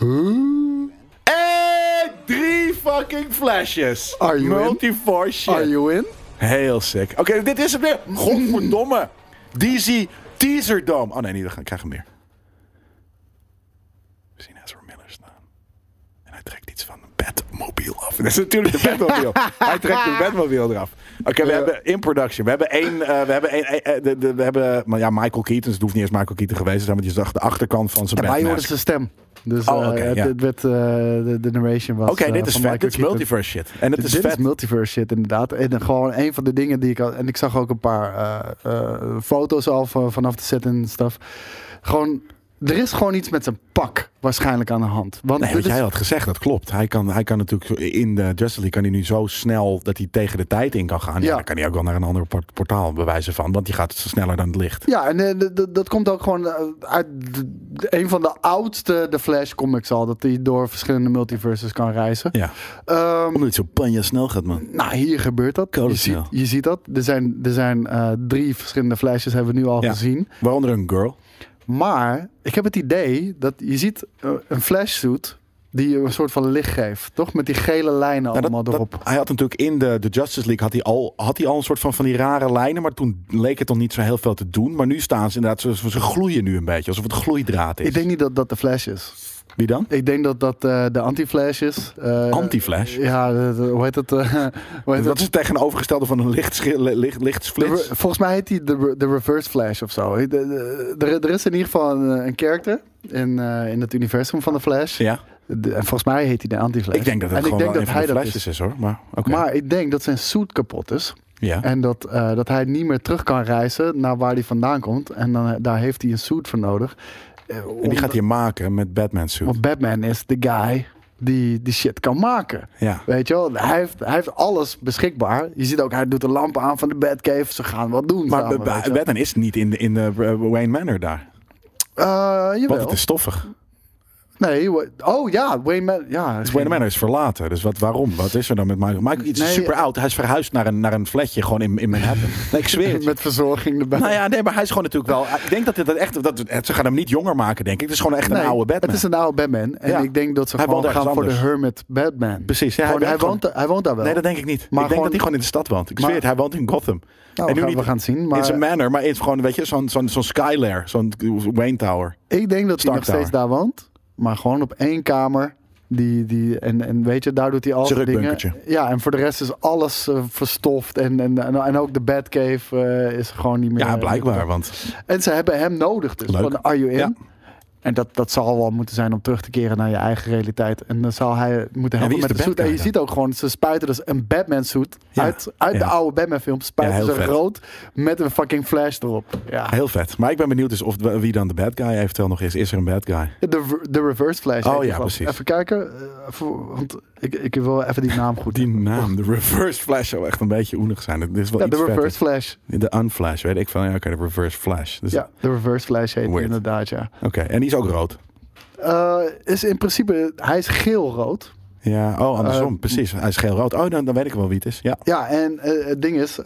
En 3 fucking flashes. Multiforce shit. Are you in? Heel sick. Oké, dit is het weer. Godverdomme. DC Teaser Dome. Oh nee, niet, ik krijg hem meer. We zien Ezra Miller staan. En hij trekt iets van een Batmobile af. Dat is natuurlijk de Batmobile. Hij trekt de Batmobile eraf. Oké, we hebben in production. We hebben Michael Keaton. Dus het hoeft niet eens Michael Keaton geweest te zijn. Want je zag de achterkant van zijn Batman. Wij hoorden zijn stem. Dus het werd de narration was. Oké, dit is vet. Dit is multiverse shit. En dit is multiverse shit, inderdaad. En gewoon een van de dingen die ik had. En ik zag ook een paar foto's al vanaf de set en stuff. Gewoon. Er is gewoon iets met zijn pak waarschijnlijk aan de hand. Want wat jij had gezegd, dat klopt. Hij kan natuurlijk in de Justice League kan hij nu zo snel dat hij tegen de tijd in kan gaan. Ja, dan kan hij ook wel naar een ander portaal bewijzen van. Want die gaat sneller dan het licht. Ja, en dat komt ook gewoon uit een van de oudste The Flash comics al. Dat hij door verschillende multiverses kan reizen. Ja. Omdat het zo panja snel gaat, man. Nou, hier gebeurt dat. Je ziet dat. Er zijn 3 verschillende Flashes hebben we nu al gezien. Waaronder een girl. Maar ik heb het idee dat je ziet een Flash suit Die een soort van licht geeft, toch? Met die gele lijnen allemaal erop. Hij had natuurlijk in de Justice League had hij al een soort van die rare lijnen, maar toen leek het nog niet zo heel veel te doen. Maar nu staan ze inderdaad, ze gloeien nu een beetje, alsof het gloeidraad is. Ik denk niet dat dat de Flash is. Wie dan? Ik denk dat dat de anti-Flash is. Anti-Flash? Ja, hoe heet het? Dat is het tegenovergestelde van een lichtsflits. Volgens mij heet hij de Reverse Flash of zo. Er is in ieder geval een character in het universum van de Flash. Ja. En volgens mij heet hij de anti-Flash. Ik denk dat het gewoon een van de Flashes is hoor. Maar ik denk dat zijn suit kapot is. Ja. En dat hij niet meer terug kan reizen naar waar hij vandaan komt. En daar heeft hij een suit voor nodig. En die gaat hij maken met Batman suit. Want Batman is de guy die shit kan maken. Ja. Weet je wel? Hij heeft alles beschikbaar. Je ziet ook, hij doet de lampen aan van de Batcave. Ze gaan wat doen Maar samen, Batman is niet in de Wayne Manor daar. jawel. Want het is stoffig. Nee, Wayne Manor. Ja, Wayne Manor is verlaten. Dus waarom? Wat is er dan met Michael? Michael is super oud. Hij is verhuisd naar een flatje gewoon in Manhattan. Nee, ik zweer het. Met verzorging erbij. Nou ja, nee, maar hij is gewoon natuurlijk wel... Ik denk ze gaan hem niet jonger maken, denk ik. Het is gewoon echt een oude Batman. Het is een oude Batman. En ik denk dat ze gewoon gaan voor de Hermit Batman. Precies. Ja, hij woont daar wel. Nee, dat denk ik niet. Maar ik denk dat hij gewoon in de stad woont. Ik zweer het, hij woont in Gotham. Nou, en we gaan het zien. Maar in zijn manor, maar het is gewoon, weet je, zo'n Skylair. Zo'n Wayne Tower. Ik denk dat hij nog steeds daar woont. Maar gewoon op 1 kamer. En weet je, daar doet hij al zijn dingen. Ja, en voor de rest is alles verstoft. En ook de Batcave is gewoon niet meer... Ja, blijkbaar. En ze hebben hem nodig dus. Leuk. Van, are you in? Ja. En dat zal wel moeten zijn om terug te keren naar je eigen realiteit. En dan zal hij moeten helpen met de suit. En je ziet ook gewoon, ze spuiten dus een Batman suit uit de oude Batman film. Spuiten ze rood met een fucking flash erop. Ja. Heel vet. Maar ik ben benieuwd dus wie dan de bad guy eventueel nog is. Is er een bad guy? De reverse flash. Oh ja, precies. Even kijken. Want ik wil even die naam goed. Die naam, de reverse flash, zou echt een beetje oenig zijn. Het is wel de reverse flash. De unflash, weet ik van. Ja, oké, de reverse flash. Dus ja, de reverse flash heet inderdaad, ja. Oké, en die is ook rood? Is in principe, hij is geel-rood. Ja, andersom, precies. Hij is geel-rood. Oh, dan weet ik wel wie het is. Ja, en het ding is...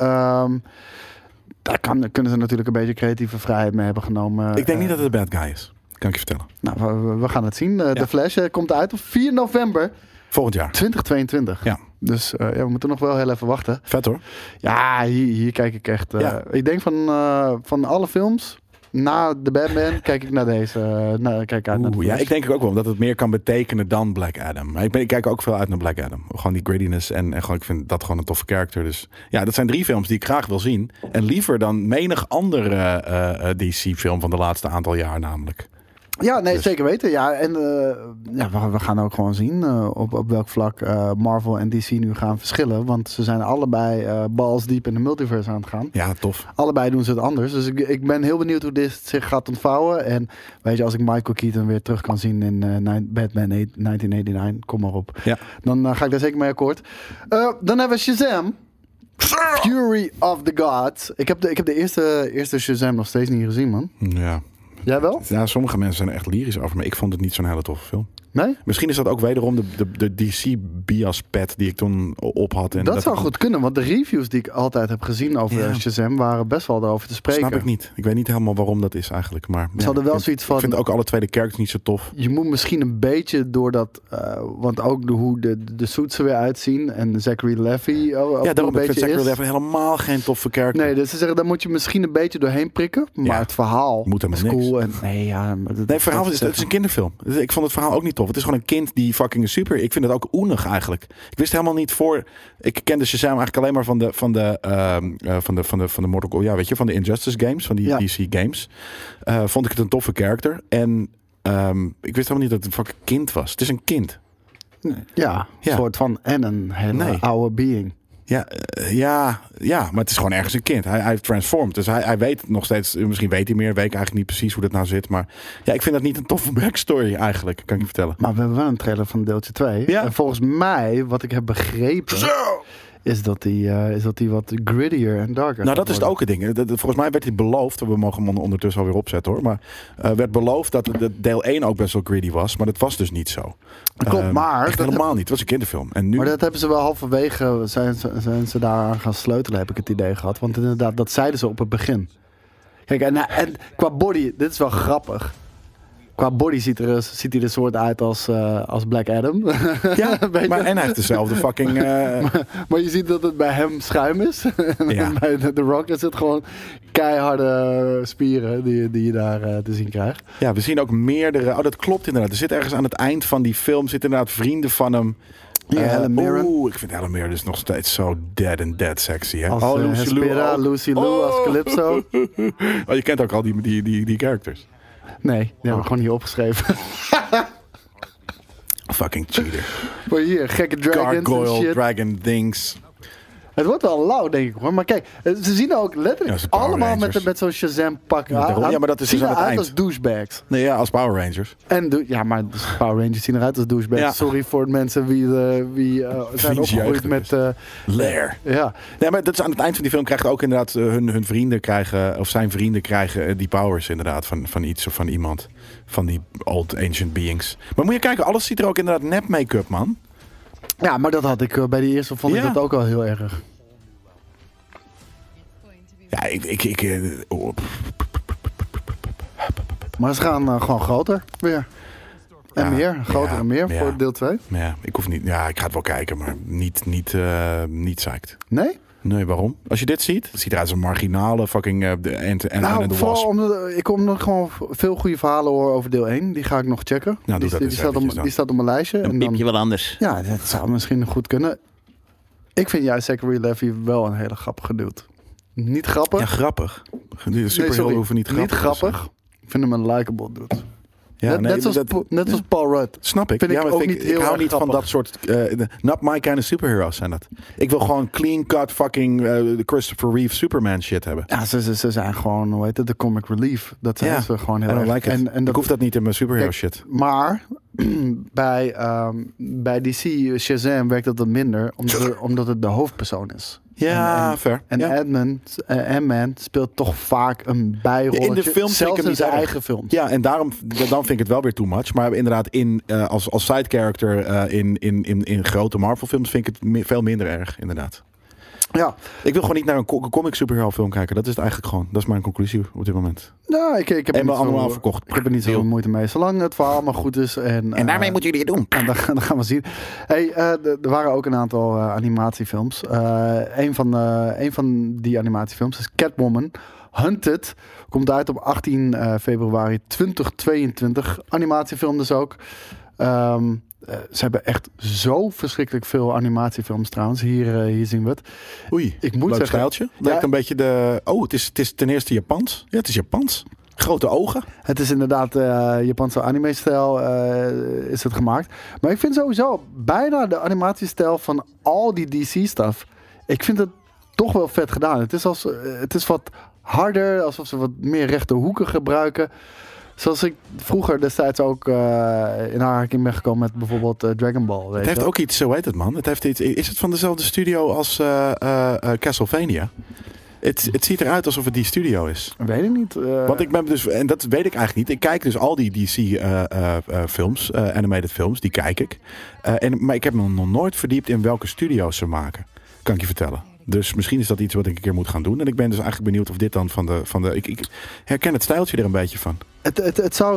daar kunnen ze natuurlijk een beetje creatieve vrijheid mee hebben genomen. Ik denk niet dat het een bad guy is. Kan ik je vertellen. Nou, we gaan het zien. De Flash komt uit op 4 november. Volgend jaar. 2022. Ja. Dus we moeten nog wel heel even wachten. Vet hoor. Ja, hier kijk ik echt... Ik denk van alle films... Na de Batman kijk ik naar deze. Kijk uit naar de ja, ik denk ook wel omdat het meer kan betekenen dan Black Adam. Maar ik kijk ook veel uit naar Black Adam. Gewoon die grittiness en gewoon, ik vind dat gewoon een toffe karakter. Dus ja, dat zijn 3 films die ik graag wil zien. En liever dan menig andere DC-film van de laatste aantal jaar namelijk. Ja, nee, dus. Zeker weten. Ja, en we gaan ook gewoon zien op welk vlak Marvel en DC nu gaan verschillen. Want ze zijn allebei balls diep in de multiverse aan het gaan. Ja, tof. Allebei doen ze het anders. Dus ik ben heel benieuwd hoe dit zich gaat ontvouwen. En weet je, als ik Michael Keaton weer terug kan zien in Batman 1989, kom maar op. Ja. Dan ga ik daar zeker mee akkoord. Dan hebben we Shazam. Fury of the Gods. Ik heb de eerste Shazam nog steeds niet gezien, man. Ja. Jij wel? Ja, sommige mensen zijn er echt lyrisch over, maar ik vond het niet zo'n hele toffe film. Nee? Misschien is dat ook wederom de DC-bias-pad die ik toen op had. En dat zou goed kunnen, want de reviews die ik altijd heb gezien over Shazam waren best wel erover te spreken. Snap ik niet. Ik weet niet helemaal waarom dat is eigenlijk. Maar ze hadden wel zoiets van... Ik vind ook alle twee de characters niet zo tof. Je moet misschien een beetje door dat... want ook hoe de suits er weer uitzien. En Zachary Levi ja, daarom vind ik Zachary Levi helemaal geen toffe character. Nee, dus ze zeggen, daar moet je misschien een beetje doorheen prikken. Maar het verhaal moet is cool. En, het verhaal het is een kinderfilm. Ik vond het verhaal ook niet tof. Het is gewoon een kind die fucking super... Ik vind het ook oenig eigenlijk. Ik wist helemaal niet voor... Ik kende Shazam eigenlijk alleen maar van de Mortal Kombat... Ja, weet je, van de Injustice games. Van die DC games. Vond ik het een toffe character. En ik wist helemaal niet dat het een fucking kind was. Het is een kind. Ja, een soort van... En een hele oude being. Ja, maar het is gewoon ergens een kind. Hij transformt. Dus hij weet nog steeds... Misschien weet hij meer. Weet ik eigenlijk niet precies hoe dat nou zit. Maar ja, ik vind dat niet een toffe backstory eigenlijk. Kan ik je vertellen. Maar we hebben wel een trailer van deeltje 2. Ja. En volgens mij, wat ik heb begrepen... Is dat die wat grittier en darker. Nou, dat is het ook het ding. Volgens mij werd hij beloofd. We mogen hem ondertussen alweer opzetten hoor. Maar werd beloofd dat deel 1 ook best wel gritty was. Maar dat was dus niet zo. Klopt, maar... Echt helemaal niet. Het was een kinderfilm. En nu... Maar dat hebben ze wel halverwege... Zijn ze daaraan gaan sleutelen, heb ik het idee gehad. Want inderdaad, dat zeiden ze op het begin. Kijk, en qua body, dit is wel grappig. Qua body ziet hij er soort uit als Black Adam. Ja, Weet maar je? en hij heeft dezelfde fucking... Maar je ziet dat het bij hem schuim is. En bij The Rock is het gewoon keiharde spieren die je daar te zien krijgt. Ja, we zien ook meerdere... Oh, dat klopt inderdaad. Er zit ergens aan het eind van die film... zitten inderdaad vrienden van hem... Ja, Helen Mirren. Oeh, ik vind Helen Mirren dus nog steeds zo dead sexy. Hè? Als Hespera, Lucy Liu als Calypso. Oh, je kent ook al die characters. Nee, die hebben we gewoon hier opgeschreven. Fucking cheater. Maar hier, gekke dragons en Gargoyle, shit. dragon things. Het wordt wel lauw, denk ik hoor. Maar kijk, ze zien ook Ja, letterlijk ze Power allemaal Rangers. met zo'n Shazam pak aan. Ja, maar dat is zien dus aan het eruit eind. als douchebags. Nee, ja, als Power Rangers. En ja, maar de Power Rangers zien eruit als douchebags. Ja. Sorry voor de mensen wie zijn Wiens opgegroeid jeugd met... het Lair. ja. Nee, maar dat is aan het eind van die film krijgt ook inderdaad hun vrienden krijgen, of zijn vrienden krijgen die powers inderdaad van iets of van iemand. Van die old ancient beings. Maar moet je kijken, alles ziet er ook inderdaad nep make-up, man. Ja, maar dat had ik bij die eerste vond ik Ja. dat ook al heel erg. Ja, Maar ze gaan gewoon groter weer. En Ja, meer, groter ja, en meer ja. voor deel 2. ja, ik hoef niet. Ja, ik ga het wel kijken, maar niet psyched. Nee? Nee, waarom? Als je dit ziet, het ziet eruit als een marginale fucking en Nou, de vooral wasp. omdat ik kom nog gewoon veel goede verhalen hoor over deel 1. Die ga ik nog checken. Nou, doe dat die, eens staat eventjes dan. die staat op mijn lijstje. Een En dan, piepje wat anders. ja, dat zou misschien goed kunnen. Ik vind juist Zachary Levi wel een hele grappige dude. Niet grappig. Ja, grappig. De superhelden sorry, hoeven niet grappig te zijn. grappig. Ik vind hem een likable dude. Ja, Net zoals Paul Rudd. Snap ik. Vind ik maar ook niet ik heel hou erg niet van grappig. dat soort... not my kind of superheroes zijn dat. Ik wil gewoon clean cut fucking Christopher Reeve Superman shit hebben. Ja, ze zijn gewoon, hoe heet het, de comic relief. Dat zijn Ja, ze gewoon I heel don't erg. like it. En Ik hoef dat niet in mijn superhero Kijk, shit. Maar bij DC Shazam werkt dat wat minder, omdat het de hoofdpersoon is. Ja, fair. En Ja. Ant-Man speelt toch vaak een bijrolletje. In de films vind ik zelfs hem in niet zijn erg. eigen films. Ja, en dan vind ik het wel weer too much. Maar inderdaad, als side character in grote Marvel films vind ik het veel minder erg, inderdaad. Ja. Ik wil gewoon niet naar een comic superhero film kijken. Dat is het eigenlijk gewoon. Dat is mijn conclusie op dit moment. Nou, ik heb En er we niet allemaal zo- verkocht. Ik heb er niet zoveel moeite mee. Zolang het verhaal maar goed is. En moeten jullie het doen. En dan gaan we zien. Hey, er waren ook een aantal animatiefilms. Een van die animatiefilms is Catwoman. Hunted. Komt uit op 18 februari 2022. Animatiefilm dus ook. Ze hebben echt zo verschrikkelijk veel animatiefilms trouwens. Hier zien we het. Oei, Ik moet leuk zeggen- stijltje. Lijkt Ja. een beetje de... Oh, het is ten eerste Japans. Ja, het is Japans. Grote ogen. Het is inderdaad Japanse anime-stijl is het gemaakt. Maar ik vind sowieso bijna de animatiestijl van al die DC-stuff. Ik vind het toch wel vet gedaan. Het is wat harder, alsof ze wat meer rechte hoeken gebruiken. Zoals ik vroeger destijds ook in aanraking ben gekomen met bijvoorbeeld Dragon Ball. Weet Het je heeft wel. ook iets, zo heet het man. Het heeft iets, is het van dezelfde studio als Castlevania? Het ziet eruit alsof het die studio is. Weet ik niet. Want ik ben dus, en dat weet ik eigenlijk niet. Ik kijk dus al die DC films, animated films, die kijk ik. Maar ik heb me nog nooit verdiept in welke studio's ze maken. Kan ik je vertellen. Dus misschien is dat iets wat ik een keer moet gaan doen. En ik ben dus eigenlijk benieuwd of dit dan van de ik herken het stijltje er een beetje van. Het zou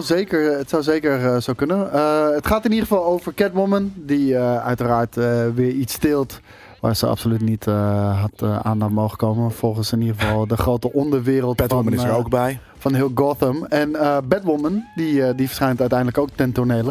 zeker zo kunnen. Het gaat in ieder geval over Catwoman, die uiteraard weer iets steelt waar ze absoluut niet had aan mogen komen. Volgens in ieder geval de grote onderwereld Batwoman is er ook bij. van heel Gotham. En Batwoman, die verschijnt uiteindelijk ook ten tonele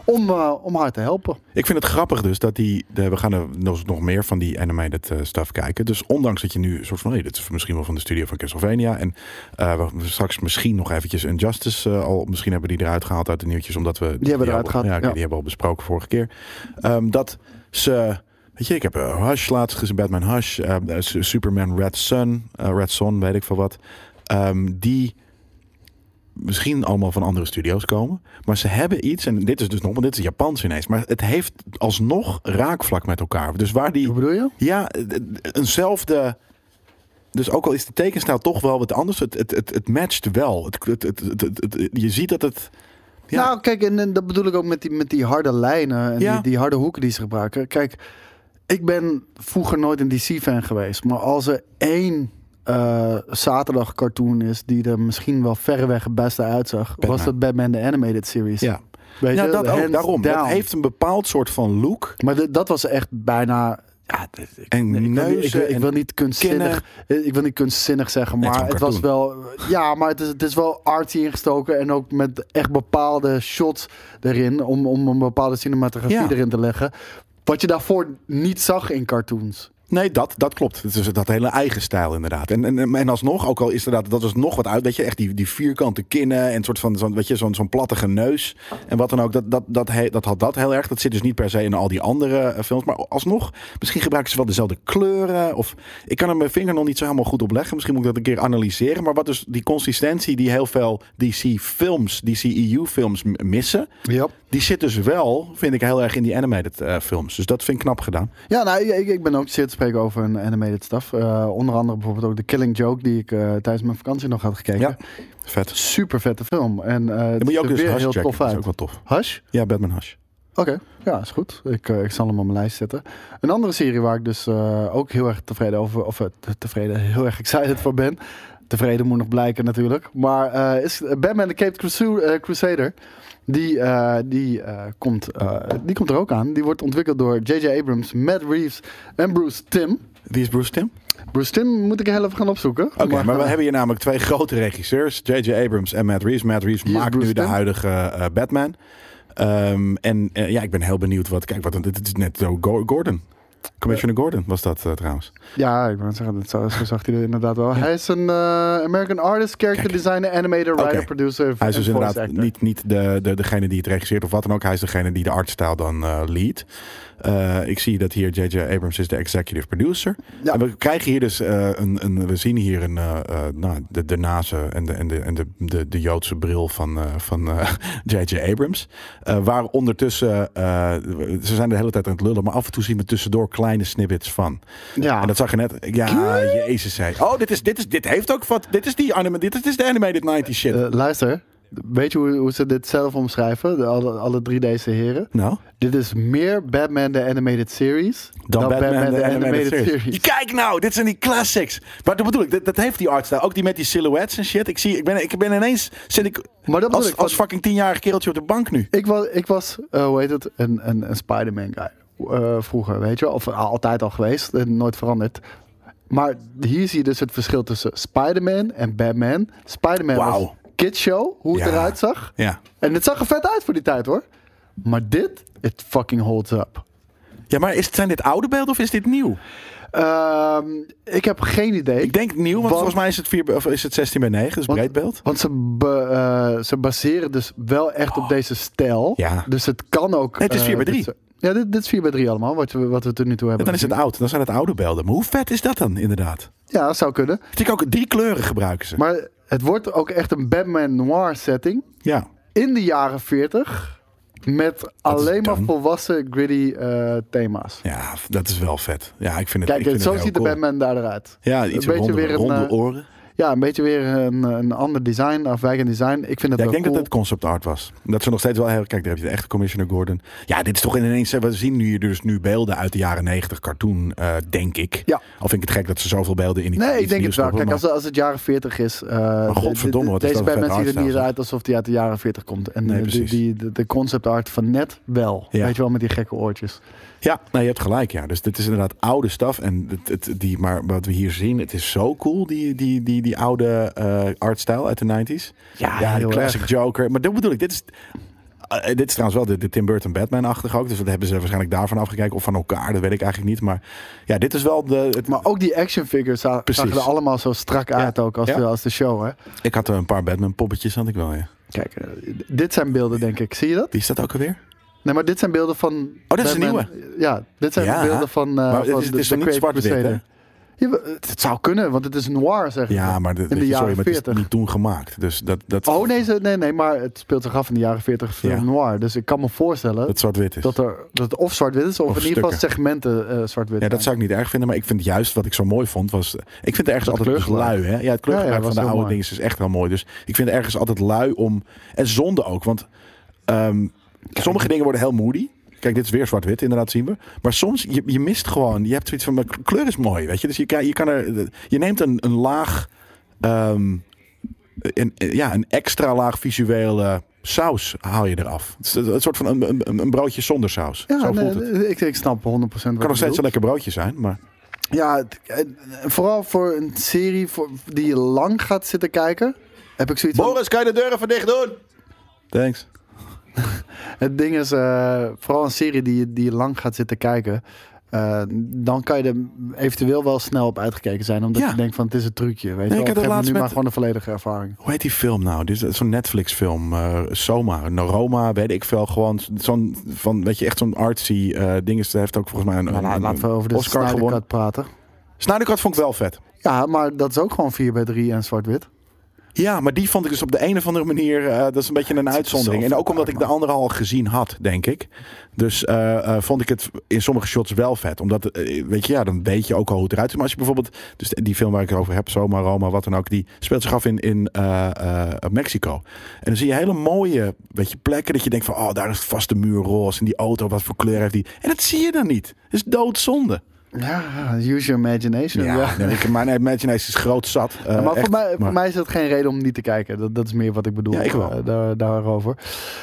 om haar te helpen. Ik vind het grappig dus dat we gaan er nog meer van die animated stuff kijken. Dus ondanks dat je nu een soort van, dit is misschien wel van de studio van Castlevania. En we straks misschien nog eventjes Injustice misschien hebben die eruit gehaald uit de nieuwtjes. Omdat we Die hebben eruit gehaald, Ja, ja. die hebben we al besproken vorige keer. Dat ze... Weet je, ik heb Hush laatst gezien, Batman Hush. Superman Red Son, weet ik veel wat. Die misschien allemaal van andere studio's komen. Maar ze hebben iets, en dit is dus nog, want dit is Japans ineens. Maar het heeft alsnog raakvlak met elkaar. Dus waar die... Hoe bedoel je? Ja, eenzelfde... Dus ook al is de tekenstijl toch wel wat anders, het matcht wel. Je ziet dat het... Ja. Nou, kijk, en dat bedoel ik ook met die harde lijnen en Ja. die harde hoeken die ze gebruiken. Kijk, ik ben vroeger nooit een DC-fan geweest. Maar als er één zaterdag cartoon is die er misschien wel verreweg het beste uitzag, Batman. was dat Batman de Animated Series. Ja. Weet Ja, je? dat ook. Hands Daarom. Dat down. heeft een bepaald soort van look. Maar dat was echt bijna. Ja, En neuzen ik wil en niet kunstzinnig. Ik wil niet kunstzinnig zeggen, Nee, maar het is het een was wel. Ja, maar het is wel artsy ingestoken en ook met echt bepaalde shots erin om een bepaalde cinematografie erin te leggen. Wat je daarvoor niet zag in cartoons. Nee, dat klopt. Het is dat hele eigen stijl inderdaad. En alsnog, ook al is inderdaad, dat is nog wat uit. Weet je, echt die vierkante kinnen en soort van zo'n plattige neus. En wat dan ook, dat had dat heel erg. Dat zit dus niet per se in al die andere films. Maar alsnog, misschien gebruiken ze wel dezelfde kleuren. Of ik kan er mijn vinger nog niet zo helemaal goed op leggen. Misschien moet ik dat een keer analyseren. Maar wat dus die consistentie die heel veel DC-films, DC-EU-films missen. Ja. Die zit dus wel, vind ik, heel erg in die animated films. Dus dat vind ik knap gedaan. Ja, nou, ik ben ook zeer te spreken over een animated stuff. Onder andere bijvoorbeeld ook The Killing Joke, die ik tijdens mijn vakantie nog had gekeken. Ja, vet. Super vette film. En Dan moet je ook het dus er weer Hush heel checken. tof Dat is uit. ook wel tof. Hush? Ja, Batman Hush. Oké, ja, is goed. Ik zal hem op mijn lijst zetten. Een andere serie waar ik dus ook heel erg tevreden over, of heel erg excited voor ben. Tevreden moet nog blijken natuurlijk. Maar is Batman The Caped Crusader. Die komt er ook aan. Die wordt ontwikkeld door J.J. Abrams, Matt Reeves en Bruce Timm. Wie is Bruce Timm? Bruce Timm moet ik heel even gaan opzoeken. Oké, maar we hebben hier namelijk twee grote regisseurs. J.J. Abrams en Matt Reeves. Matt Reeves Hier is maakt Bruce nu de Timm. huidige Batman. Ja, ik ben heel benieuwd wat... Kijk, dit is net zo Gordon. Commissioner Gordon was dat trouwens. Ja, ik wil zeggen, zo zag hij er inderdaad wel. Hij is een American artist, character designer, animator, writer, Oké. producer Hij is dus en voice inderdaad actor. niet degene die het regisseert of wat dan ook. Hij is degene die de artstijl dan leadt. Ik zie dat hier J.J. Abrams is de executive producer. Ja. En we krijgen hier dus we zien hier de nazen en de Joodse bril van J.J. Abrams. Waar ondertussen, ze zijn de hele tijd aan het lullen, maar af en toe zien we tussendoor kleine snippets van. Ja. En dat zag je net. Ja, jezus zei. Oh, dit heeft ook wat. Dit is de animated 90 shit. Luister, weet je hoe ze dit zelf omschrijven? Alle drie deze heren. Nou? Dit is meer Batman de Animated Series Dan Batman de Animated Series. Kijk nou, dit zijn die classics. Maar dat bedoel ik, dat heeft die artstijl. Ook die met die silhouettes en shit. Ik ben ineens, zit ik Maar dat bedoel ik, als fucking 10-jarig kereltje op de bank nu. Ik was hoe heet het, een Spider-Man guy. Vroeger, weet je wel. Of altijd al geweest, nooit veranderd. Maar hier zie je dus het verschil tussen Spider-Man en Batman. Spider-Man was kidshow, hoe het eruit zag. Ja. En het zag er vet uit voor die tijd hoor. Maar dit, it fucking holds up. Ja, maar zijn dit oude beelden of is dit nieuw? Ik heb geen idee. Ik denk nieuw, want volgens mij is het 16 bij 9, dus breed beeld. Want ze baseren dus wel echt op deze stijl. Ja. Dus het kan ook... Nee, het is 4 bij 3. Ja, dit is 4 bij 3 allemaal, wat we tot nu toe hebben. En dan is het oud, dan zijn het oude beelden. Maar hoe vet is dat dan inderdaad? Ja, dat zou kunnen. Ik ook 3 kleuren gebruiken ze. Maar het wordt ook echt een Batman noir setting. Ja. In de jaren 40. Met alleen maar volwassen gritty thema's. Ja, dat is wel vet. Ja, ik vind het. Kijk, zo ziet de Batman daar eruit. Ja, iets een beetje weer ronde oren. Ja, een beetje weer een ander design, afwijkend design. Ik vind het ik wel denk cool. dat het concept art was. Dat ze nog steeds wel heel... Kijk, daar heb je de echte Commissioner Gordon. Ja, dit is toch ineens... We zien nu beelden uit de jaren 90 cartoon, denk ik. Ja. Al vind ik het gek dat ze zoveel beelden in die... Nee, ik denk het wel. stoppen, Kijk, maar... als het jaren 40 is... maar godverdomme, wat is deze dat een Batman vet ziet er niet artstyle, uit alsof die uit de jaren 40 komt. En Nee, precies. de concept art van net wel. Ja. Weet je wel, met die gekke oortjes. Ja, nou, je hebt gelijk, ja. Dus dit is inderdaad oude stuff. En maar wat we hier zien, het is zo cool, die oude artstyle uit de 90s. Ja, de heel classic erg. Joker. Maar dat bedoel ik, dit is trouwens wel de Tim Burton Batman-achtig ook. Dus dat hebben ze waarschijnlijk daarvan afgekeken. Of van elkaar, dat weet ik eigenlijk niet. Maar ja, dit is wel Maar ook die action figures zagen er allemaal zo strak uit ook als de show, hè? Ik had er een paar Batman-poppetjes, had ik wel, ja. Kijk, dit zijn beelden, denk ik. Zie je dat? Wie is dat ook alweer? Nee, maar dit zijn beelden van... Oh, dit is Batman. een nieuwe? Ja, dit zijn beelden van... maar van het is toch niet zwart-wit, hè? Ja, het zou kunnen, want het is noir, zeg ik. Ja, maar, in de jaren maar het 40. is niet toen gemaakt. Dus dat... Oh, nee, maar het speelt zich af in de jaren 40 film noir. Dus ik kan me voorstellen dat zwart-wit is. dat het of zwart-wit is, of in ieder geval segmenten zwart-wit. Ja, dat zou ik niet erg vinden. Maar ik vind juist wat ik zo mooi vond, was... Ik vind het ergens altijd lui, hè? Ja, het kleurgebruik van de oude dingen is echt wel mooi. Dus ik vind het ergens altijd lui om... En zonde ook, want sommige dingen worden heel moody. Kijk, dit is weer zwart-wit, inderdaad zien we. Maar soms, je mist gewoon... Je hebt zoiets van, kleur is mooi, weet je. Dus je neemt een laag... een extra laag visuele saus haal je eraf. Het is een soort van een broodje zonder saus. Ja, Zo voelt het. Ik snap 100% wat Het kan nog steeds een lekker broodje zijn, maar... Ja, vooral voor een serie die je lang gaat zitten kijken, heb ik zoiets Boris, kan je de deur even dicht doen? Thanks. Het ding is, vooral een serie die je lang gaat zitten kijken, dan kan je er eventueel wel snel op uitgekeken zijn, omdat je denkt van het is een trucje. Weet je wel, ik had het laatst nu met... maar gewoon een volledige ervaring. Hoe heet die film nou? Dit is zo'n Netflix film. Soma, Noroma, weet ik veel. Gewoon zo'n, van, weet je, echt zo'n artsy ding. Ze heeft ook volgens mij Laten we over de Oscar Snyder gewonnen. Cut praten. Snyder Cut vond ik wel vet. Ja, maar dat is ook gewoon 4:3 en zwart-wit. Ja, maar die vond ik dus op de een of andere manier... dat is een beetje een uitzondering. En ook omdat ik de andere al gezien had, denk ik. Dus vond ik het in sommige shots wel vet. Omdat, weet je, dan weet je ook al hoe het eruit ziet. Maar als je bijvoorbeeld... Dus die film waar ik het over heb, Soma, Roma, wat dan ook... Die speelt zich af in Mexico. En dan zie je hele mooie, weet je, plekken... Dat je denkt van, oh, daar is vast de muur roze. En die auto, wat voor kleur heeft die? En dat zie je dan niet. Dat is doodzonde. Ja, use your imagination. Ja. Nee, mijn imagination is groot zat. Maar echt, voor mij is het geen reden om niet te kijken. Dat is meer wat ik bedoel. Ja, ik wel. Daarover.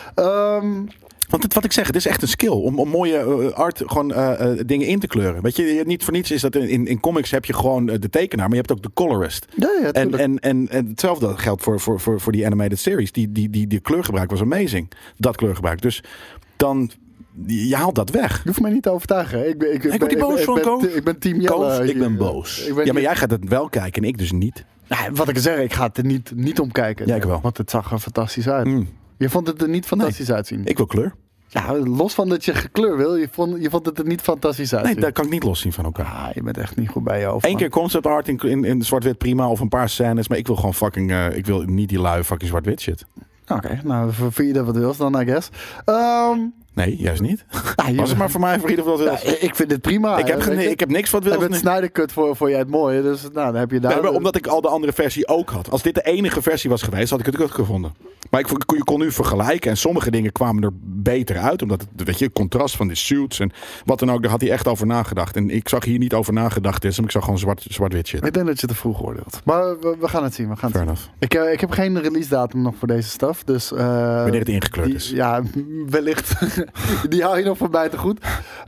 Want wat ik zeg, het is echt een skill om mooie art gewoon dingen in te kleuren. Weet je, niet voor niets is dat in comics heb je gewoon de tekenaar, maar je hebt ook de colorist. Ja, en hetzelfde geldt voor die animated series. Die kleurgebruik was amazing. Dat kleurgebruik. Dus dan... Je haalt dat weg. Je hoeft mij niet te overtuigen. Ik word die boos van, Koos. Ik ben team Jelle. Ik ben boos. Maar jij gaat het wel kijken en ik dus niet. Nou, wat ik zeg, ik ga het er niet om kijken. Ja, ik wel. Want het zag er fantastisch uit. Je vond het er niet fantastisch uitzien? Ik wil kleur. Ja, los van dat je kleur wil, je vond het er niet fantastisch uitzien. Nee, daar kan ik niet loszien van elkaar. Ah, je bent echt niet goed bij je hoofd. Eén keer concept art in zwart-wit prima, of een paar scènes, maar ik wil gewoon fucking, ik wil niet die lui fucking zwart-wit shit. Oké, nou, voor ieder wat wil dan, I guess. Nee, juist niet. Was het maar voor mij, voor ieder wat wil. Ja, ik vind het prima. Ik heb niks wat wil. En met Snyder Cut voor jij het mooie, dus nou, dan heb je daar... Nee, omdat ik al de andere versie ook had. Als dit de enige versie was geweest, had ik het ook gevonden. Maar je kon nu vergelijken en sommige dingen kwamen er beter uit. Omdat het, weet je, het contrast van de suits en wat dan ook, daar had hij echt over nagedacht. En ik zag hier niet over nagedacht, dus ik zag gewoon zwart-wit shit. Ik denk dat je te vroeg oordeelt. Maar we gaan het zien. Fair enough. Ik heb geen release datum nog voor deze stuff, dus... Wanneer het ingekleurd is. Ja, wellicht. Die hou je nog voorbij te goed.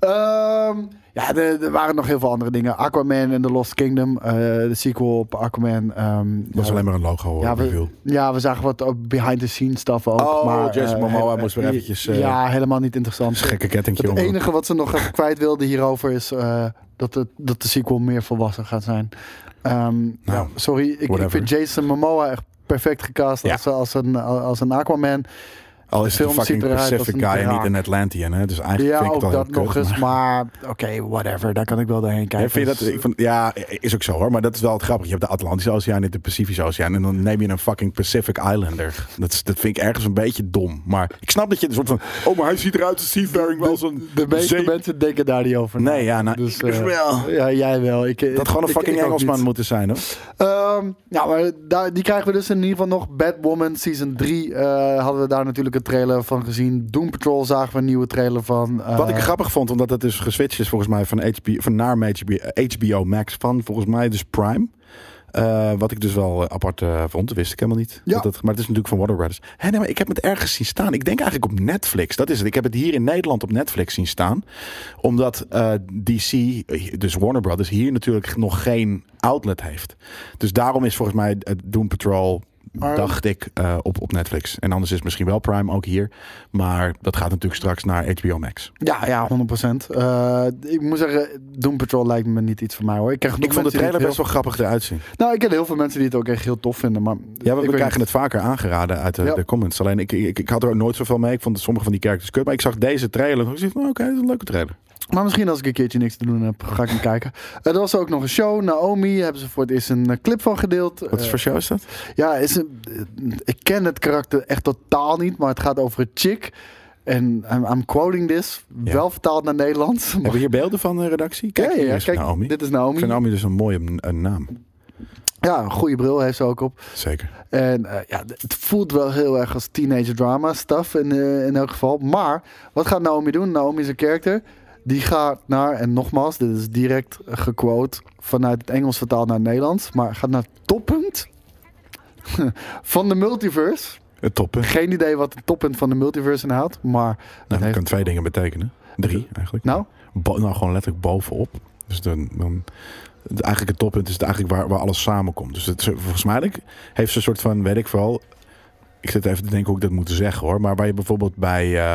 Ja, er waren nog heel veel andere dingen. Aquaman en The Lost Kingdom. De sequel op Aquaman. Dat was alleen maar een logo. We zagen wat behind the scenes stuff ook. Oh, maar Jason Momoa moest weer eventjes... ja, helemaal niet interessant. Gekke kettingje. Het enige wat ze nog even kwijt wilden hierover is dat de sequel meer volwassen gaat zijn. Sorry, ik vind Jason Momoa echt perfect gecast als een Aquaman. Al is het een fucking Pacific guy en niet een Atlantean. Hè? Dus eigenlijk vind ik het ook wel dat nog eens. Maar oké, whatever. Daar kan ik wel doorheen kijken. Ja, is ook zo hoor. Maar dat is wel het grappige. Je hebt de Atlantische Oceaan en de Pacifische Oceaan. En dan neem je een fucking Pacific Islander. Dat vind ik ergens een beetje dom. Maar ik snap dat je een soort van... Oh, maar hij ziet eruit als seafaring wel zo'n... De meeste mensen denken daar niet over. Nee, ja, nou, dus, wel. Ja, jij wel. Dat gewoon een fucking Engelsman moeten zijn, hoor. Ja, maar die krijgen we dus in ieder geval nog. Batwoman Season 3 hadden we daar natuurlijk een trailer van gezien. Doom Patrol zagen we een nieuwe trailer van. Wat ik grappig vond, omdat het dus geswitcht is volgens mij van naar HBO Max van volgens mij dus Prime. Wat ik dus wel apart vond, dat wist ik helemaal niet. Ja. Maar het is natuurlijk van Warner Brothers. Nee, maar ik heb het ergens zien staan. Ik denk eigenlijk op Netflix. Dat is het. Ik heb het hier in Nederland op Netflix zien staan. Omdat DC, dus Warner Brothers, hier natuurlijk nog geen outlet heeft. Dus daarom is volgens mij Doom Patrol... dacht ik op Netflix. En anders is het misschien wel Prime ook hier. Maar dat gaat natuurlijk straks naar HBO Max. Ja, 100%. Ik moet zeggen, Doom Patrol lijkt me niet iets voor mij hoor. Ik vond de trailer best wel grappig eruit zien. Nou, ik ken heel veel mensen die het ook echt heel tof vinden. Maar ja, we krijgen het vaker aangeraden uit de comments. Alleen ik had er ook nooit zoveel mee. Ik vond sommige van die characters kut. Maar ik zag deze trailer en ik dacht, oké, dat is een leuke trailer. Maar misschien als ik een keertje niks te doen heb, ga ik hem kijken. Er was ook nog een show. Naomi hebben ze voor het eerst een clip van gedeeld. Wat is voor show is dat? Ja, ik ken het karakter echt totaal niet. Maar het gaat over een chick. En I'm quoting this. Ja. Wel vertaald naar Nederlands. Hebben we hier beelden van de redactie? Kijk, kijk, Naomi. Dit is Naomi. Ik vind Naomi dus een mooie naam. Ja, een goede bril heeft ze ook op. Zeker. En het voelt wel heel erg als teenage drama stuff in elk geval. Maar wat gaat Naomi doen? Naomi is een character. Die gaat naar, en nogmaals, dit is direct gequote vanuit het Engels vertaald naar het Nederlands. Maar gaat naar het toppunt van de multiverse. Het toppunt. Geen idee wat het toppunt van de multiverse inhoudt. Maar Dat kan 2 dingen betekenen. 3 eigenlijk. Nou? Nou, gewoon letterlijk bovenop. Dus dan eigenlijk het toppunt is het eigenlijk waar alles samenkomt. Dus volgens mij heeft ze een soort van, weet ik vooral. Ik zit even te denken hoe ik dat moet zeggen hoor. Maar waar je bijvoorbeeld bij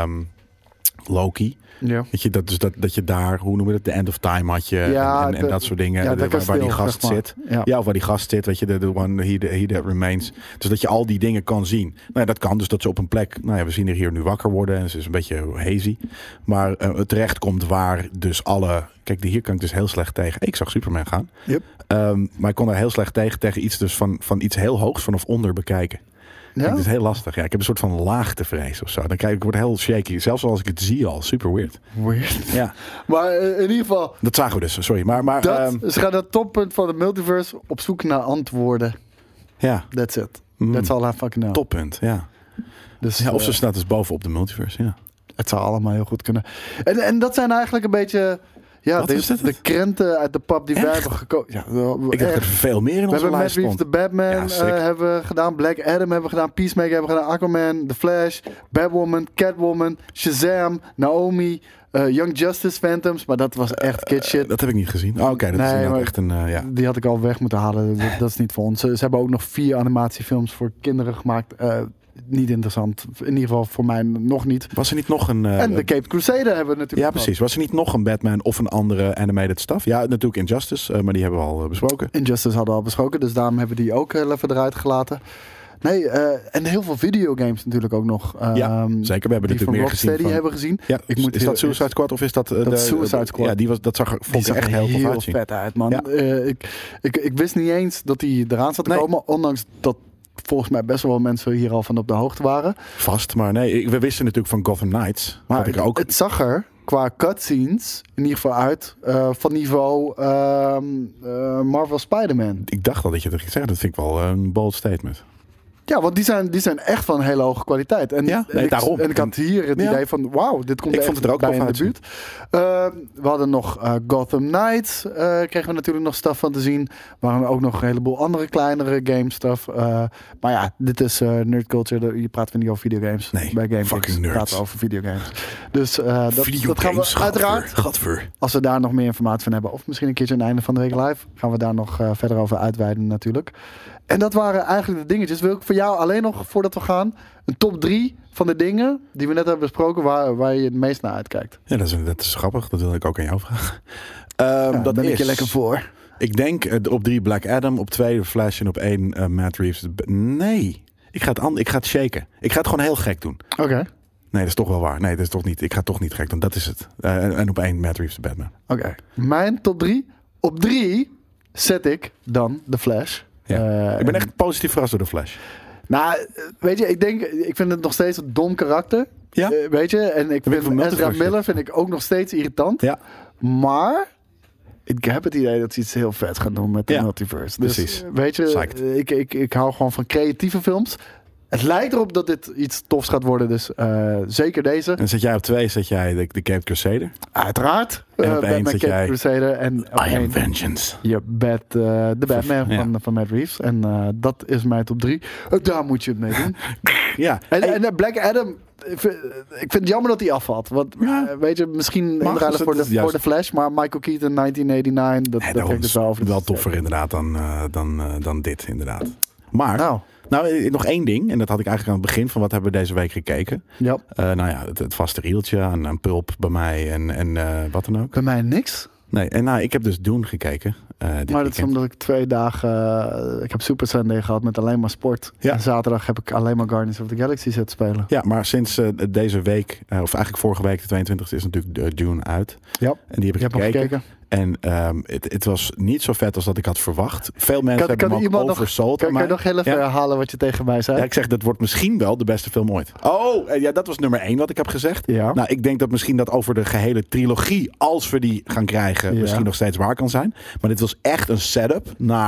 Loki. Ja. Weet je, dat je daar, hoe noem je het, The End of Time had je en dat soort dingen. Ja, waar die gast zit. Ja, of waar die gast zit, weet je, the one, he that remains. Dus dat je al die dingen kan zien. Nou ja, dat kan dus dat ze op een plek, nou ja, we zien er hier nu wakker worden en ze is een beetje hazy. Maar het terecht komt waar dus kijk, hier kan ik dus heel slecht tegen. Ik zag Superman gaan. Yep. Maar ik kon daar heel slecht tegen iets dus van iets heel hoogs vanaf onder bekijken. Ja? Het is heel lastig. Ja, ik heb een soort van laagtevrees of zo. Dan kijk ik word heel shaky. Zelfs als ik het zie al. Super weird. Weird. Ja. Maar in ieder geval, Dat zagen we dus. Sorry. Maar ze gaan naar het toppunt van de multiverse op zoek naar antwoorden. ja. That's it. That's all I fucking know. Toppunt. Ja. Dus, Ja, of ze staat dus bovenop de multiverse. Ja. het zou allemaal heel goed kunnen. En dat zijn eigenlijk een beetje... Ja, Wat is dit? de krenten uit de pap die wij Echt? hebben gekozen. Ja, Ik dacht dat er veel meer in we onze hebben Matt lijst Reeves, stond. de Batman Ja, sick. hebben we gedaan. Black Adam hebben we gedaan. Peacemaker hebben we gedaan. Aquaman, The Flash, Batwoman, Catwoman, Shazam, Naomi, Young Justice, Phantoms. Maar dat was echt kid shit. Dat heb ik niet gezien. Oh, oké, dat is Nee, inderdaad maar echt een... ja. Die had ik al weg moeten halen. Dat is niet voor ons. Ze hebben ook nog 4 animatiefilms voor kinderen gemaakt. Niet interessant. In ieder geval voor mij nog niet. Was er niet nog een... En de Caped Crusader hebben we natuurlijk ja, precies. Was er niet nog een Batman of een andere animated stuff? Ja, natuurlijk Injustice, maar die hebben we al besproken. Injustice hadden we al besproken, dus daarom hebben we die ook heel even eruit gelaten. Nee, en heel veel videogames natuurlijk ook nog. Ja, zeker. We hebben die natuurlijk van meer Rocksteady gezien. hebben gezien. Ja, is dat Suicide Squad of is dat... is Suicide Squad. Ja, dat zag er vond ik echt heel tof uitzien. vet uit, man. Ja. Ik wist niet eens dat die eraan zat te Nee. komen, ondanks dat volgens mij best wel mensen hier al van op de hoogte waren. Vast, maar nee, we wisten natuurlijk van Gotham Knights. Maar Had ik ook... het zag er qua cutscenes in ieder geval uit van niveau Marvel Spider-Man. Ik dacht al dat je dat ging zeggen. Dat vind ik wel een bold statement. Ja, want die zijn echt van hele hoge kwaliteit. En, Ja, nee, daarom. En ik had hier het Ja. idee van, wauw, dit komt Ik echt vond het er ook bij tof in de uitzien. buurt. We hadden nog Gotham Knights. Kregen we natuurlijk nog stuff van te zien. Er waren ook nog een heleboel andere kleinere game stuff. Maar ja, dit is nerd culture. Hier praten we niet over videogames. Nee, bij Game fucking Kings nerds. praten we over videogames. Dus dat gaan we uiteraard... Gadver. Als we daar nog meer informatie van hebben, of misschien een keertje aan het einde van de week live, gaan we daar nog verder over uitweiden natuurlijk. En dat waren eigenlijk de dingetjes. Wil ik voor jou alleen nog, voordat we gaan, een top 3 van de dingen die we net hebben besproken, waar je het meest naar uitkijkt. Ja, dat is grappig. Dat wil ik ook aan jou vragen. Dat ben is... ik je lekker voor. Ik denk op 3 Black Adam, op 2 Flash en op 1 Matt Reeves. Nee, ik ga het shaken. Ik ga het gewoon heel gek doen. Oké. Nee, dat is toch wel waar. Nee, dat is toch niet. Ik ga het toch niet gek doen. Dat is het. En op 1 Matt Reeves de Batman. Oké. Mijn top 3. Op 3 zet ik dan The Flash. Ja. Ik ben echt positief verrast door de Flash. Nou, weet je, ik vind het nog steeds een dom karakter. Ja? Weet je, en ik ben vind van Multiverse Ezra Miller vind ik ook nog steeds irritant. Ja. Maar ik heb het idee dat ze iets heel vet gaan doen met de Ja, multiverse. Dus, precies. weet je, Psyched. ik hou gewoon van creatieve films. Het lijkt erop dat dit iets tofs gaat worden, dus zeker deze. En zet jij op 2, zet jij de Caped Crusader? Uiteraard. En op 1 Batman zet Caped jij Crusader. En op I am 1 Vengeance. de Batman Ja. van Matt Reeves. En dat is mijn top 3. Daar moet je het mee doen. Ja. En Black Adam, ik vind het jammer dat hij afvalt. Want weet je, misschien inderdaad voor de Flash, maar Michael Keaton 1989, dat trekt het wel over. Wel toffer inderdaad dan dit inderdaad. Maar, nou, nog één ding. En dat had ik eigenlijk aan het begin van wat hebben we deze week gekeken. Ja. Nou ja, het vaste rieltje aan Pulp bij mij en wat dan ook. Bij mij niks. Nee, en ik heb dus Dune gekeken. Maar dat is omdat ik 2 dagen... ik heb Super Sunday gehad met alleen maar sport. Ja. En zaterdag heb ik alleen maar Guardians of the Galaxy zitten spelen. Ja, maar sinds deze week, of eigenlijk vorige week, de 22e, is natuurlijk Dune uit. Ja. En die heb ik gekeken. En het was niet zo vet als dat ik had verwacht. Veel mensen hebben hem ook oversold. Kan je nog heel even herhalen wat je tegen mij zei? Ja, ik zeg, dat wordt misschien wel de beste film ooit. Oh, ja, dat was nummer 1 wat ik heb gezegd. Ja. Nou, ik denk dat misschien dat over de gehele trilogie, als we die gaan krijgen, misschien nog steeds waar kan zijn. Maar dit was echt een setup naar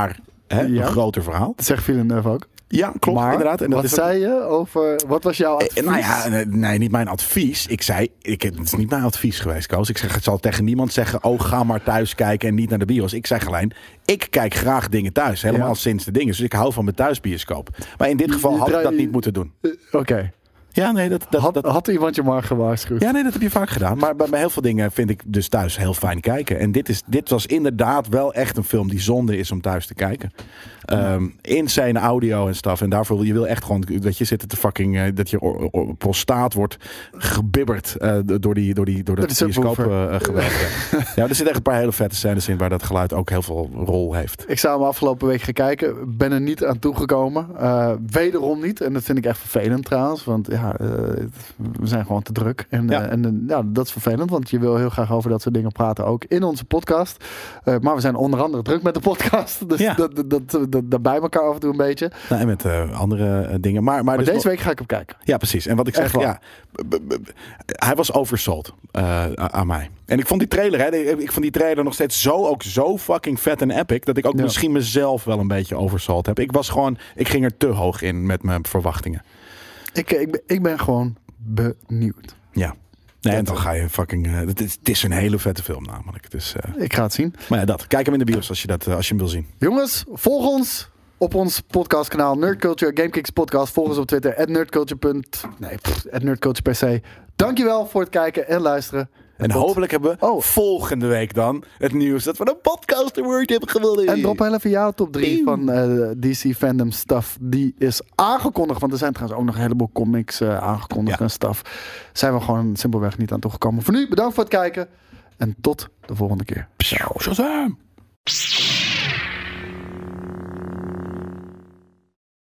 Hè? Ja. Een groter verhaal. Dat zegt Villeneuve ook. Ja, klopt, Maar inderdaad. En dat wat is zei je over... Wat was jouw advies? Nou ja, nee, niet mijn advies. Het is niet mijn advies geweest, Koos. Ik zal tegen niemand zeggen, ga maar thuis kijken en niet naar de bios. Ik zeg alleen, ik kijk graag dingen thuis. Helemaal sinds de dingen. Dus ik hou van mijn thuisbioscoop. Maar in dit geval had ik dat niet moeten doen. Oké. Ja, nee, Had iemand je maar gewaarschuwd? Ja, nee, dat heb je vaak gedaan. Maar bij heel veel dingen vind ik dus thuis heel fijn kijken. En dit was inderdaad wel echt een film die zonde is om thuis te kijken. Insane audio en stuff. En daarvoor je wil echt gewoon dat je zit te fucking dat je prostaat wordt gebibberd door dat bioscoopgeweld. Ja, er zitten echt een paar hele vette scènes in waar dat geluid ook heel veel rol heeft. Ik zou hem afgelopen week gaan kijken. Ben er niet aan toegekomen. Wederom niet. En dat vind ik echt vervelend trouwens. Want ja, we zijn gewoon te druk. En dat is vervelend. Want je wil heel graag over dat soort dingen praten. Ook in onze podcast. Maar we zijn onder andere druk met de podcast. Dus dat bij elkaar af en toe een beetje. Nou, en met andere dingen. Maar dus deze week ga ik hem kijken. Ja, precies. En wat ik zeg, hij was oversold aan mij. En ik vond die trailer, nog steeds zo fucking vet en epic, dat ik ook misschien mezelf wel een beetje oversold heb. Ik ging er te hoog in met mijn verwachtingen. Ik ben gewoon benieuwd. Ja. Nee, en dan ga je fucking... het is een hele vette film namelijk. Dus, ik ga het zien. Maar ja, kijk hem in de bios als je hem wil zien. Jongens, volg ons op ons podcastkanaal Nerd Culture, GameKicks podcast. Volg ons op Twitter, @nerdculture.c. Dankjewel voor het kijken en luisteren. En hopelijk hebben we volgende week dan het nieuws dat we een podcast award hebben gewonnen. En drop heel even jouw top 3 van DC fandom stuff. Die is aangekondigd. Want er zijn trouwens ook nog een heleboel comics aangekondigd en stuff. Zijn we gewoon simpelweg niet aan toegekomen. Voor nu, bedankt voor het kijken. En tot de volgende keer. Ciao.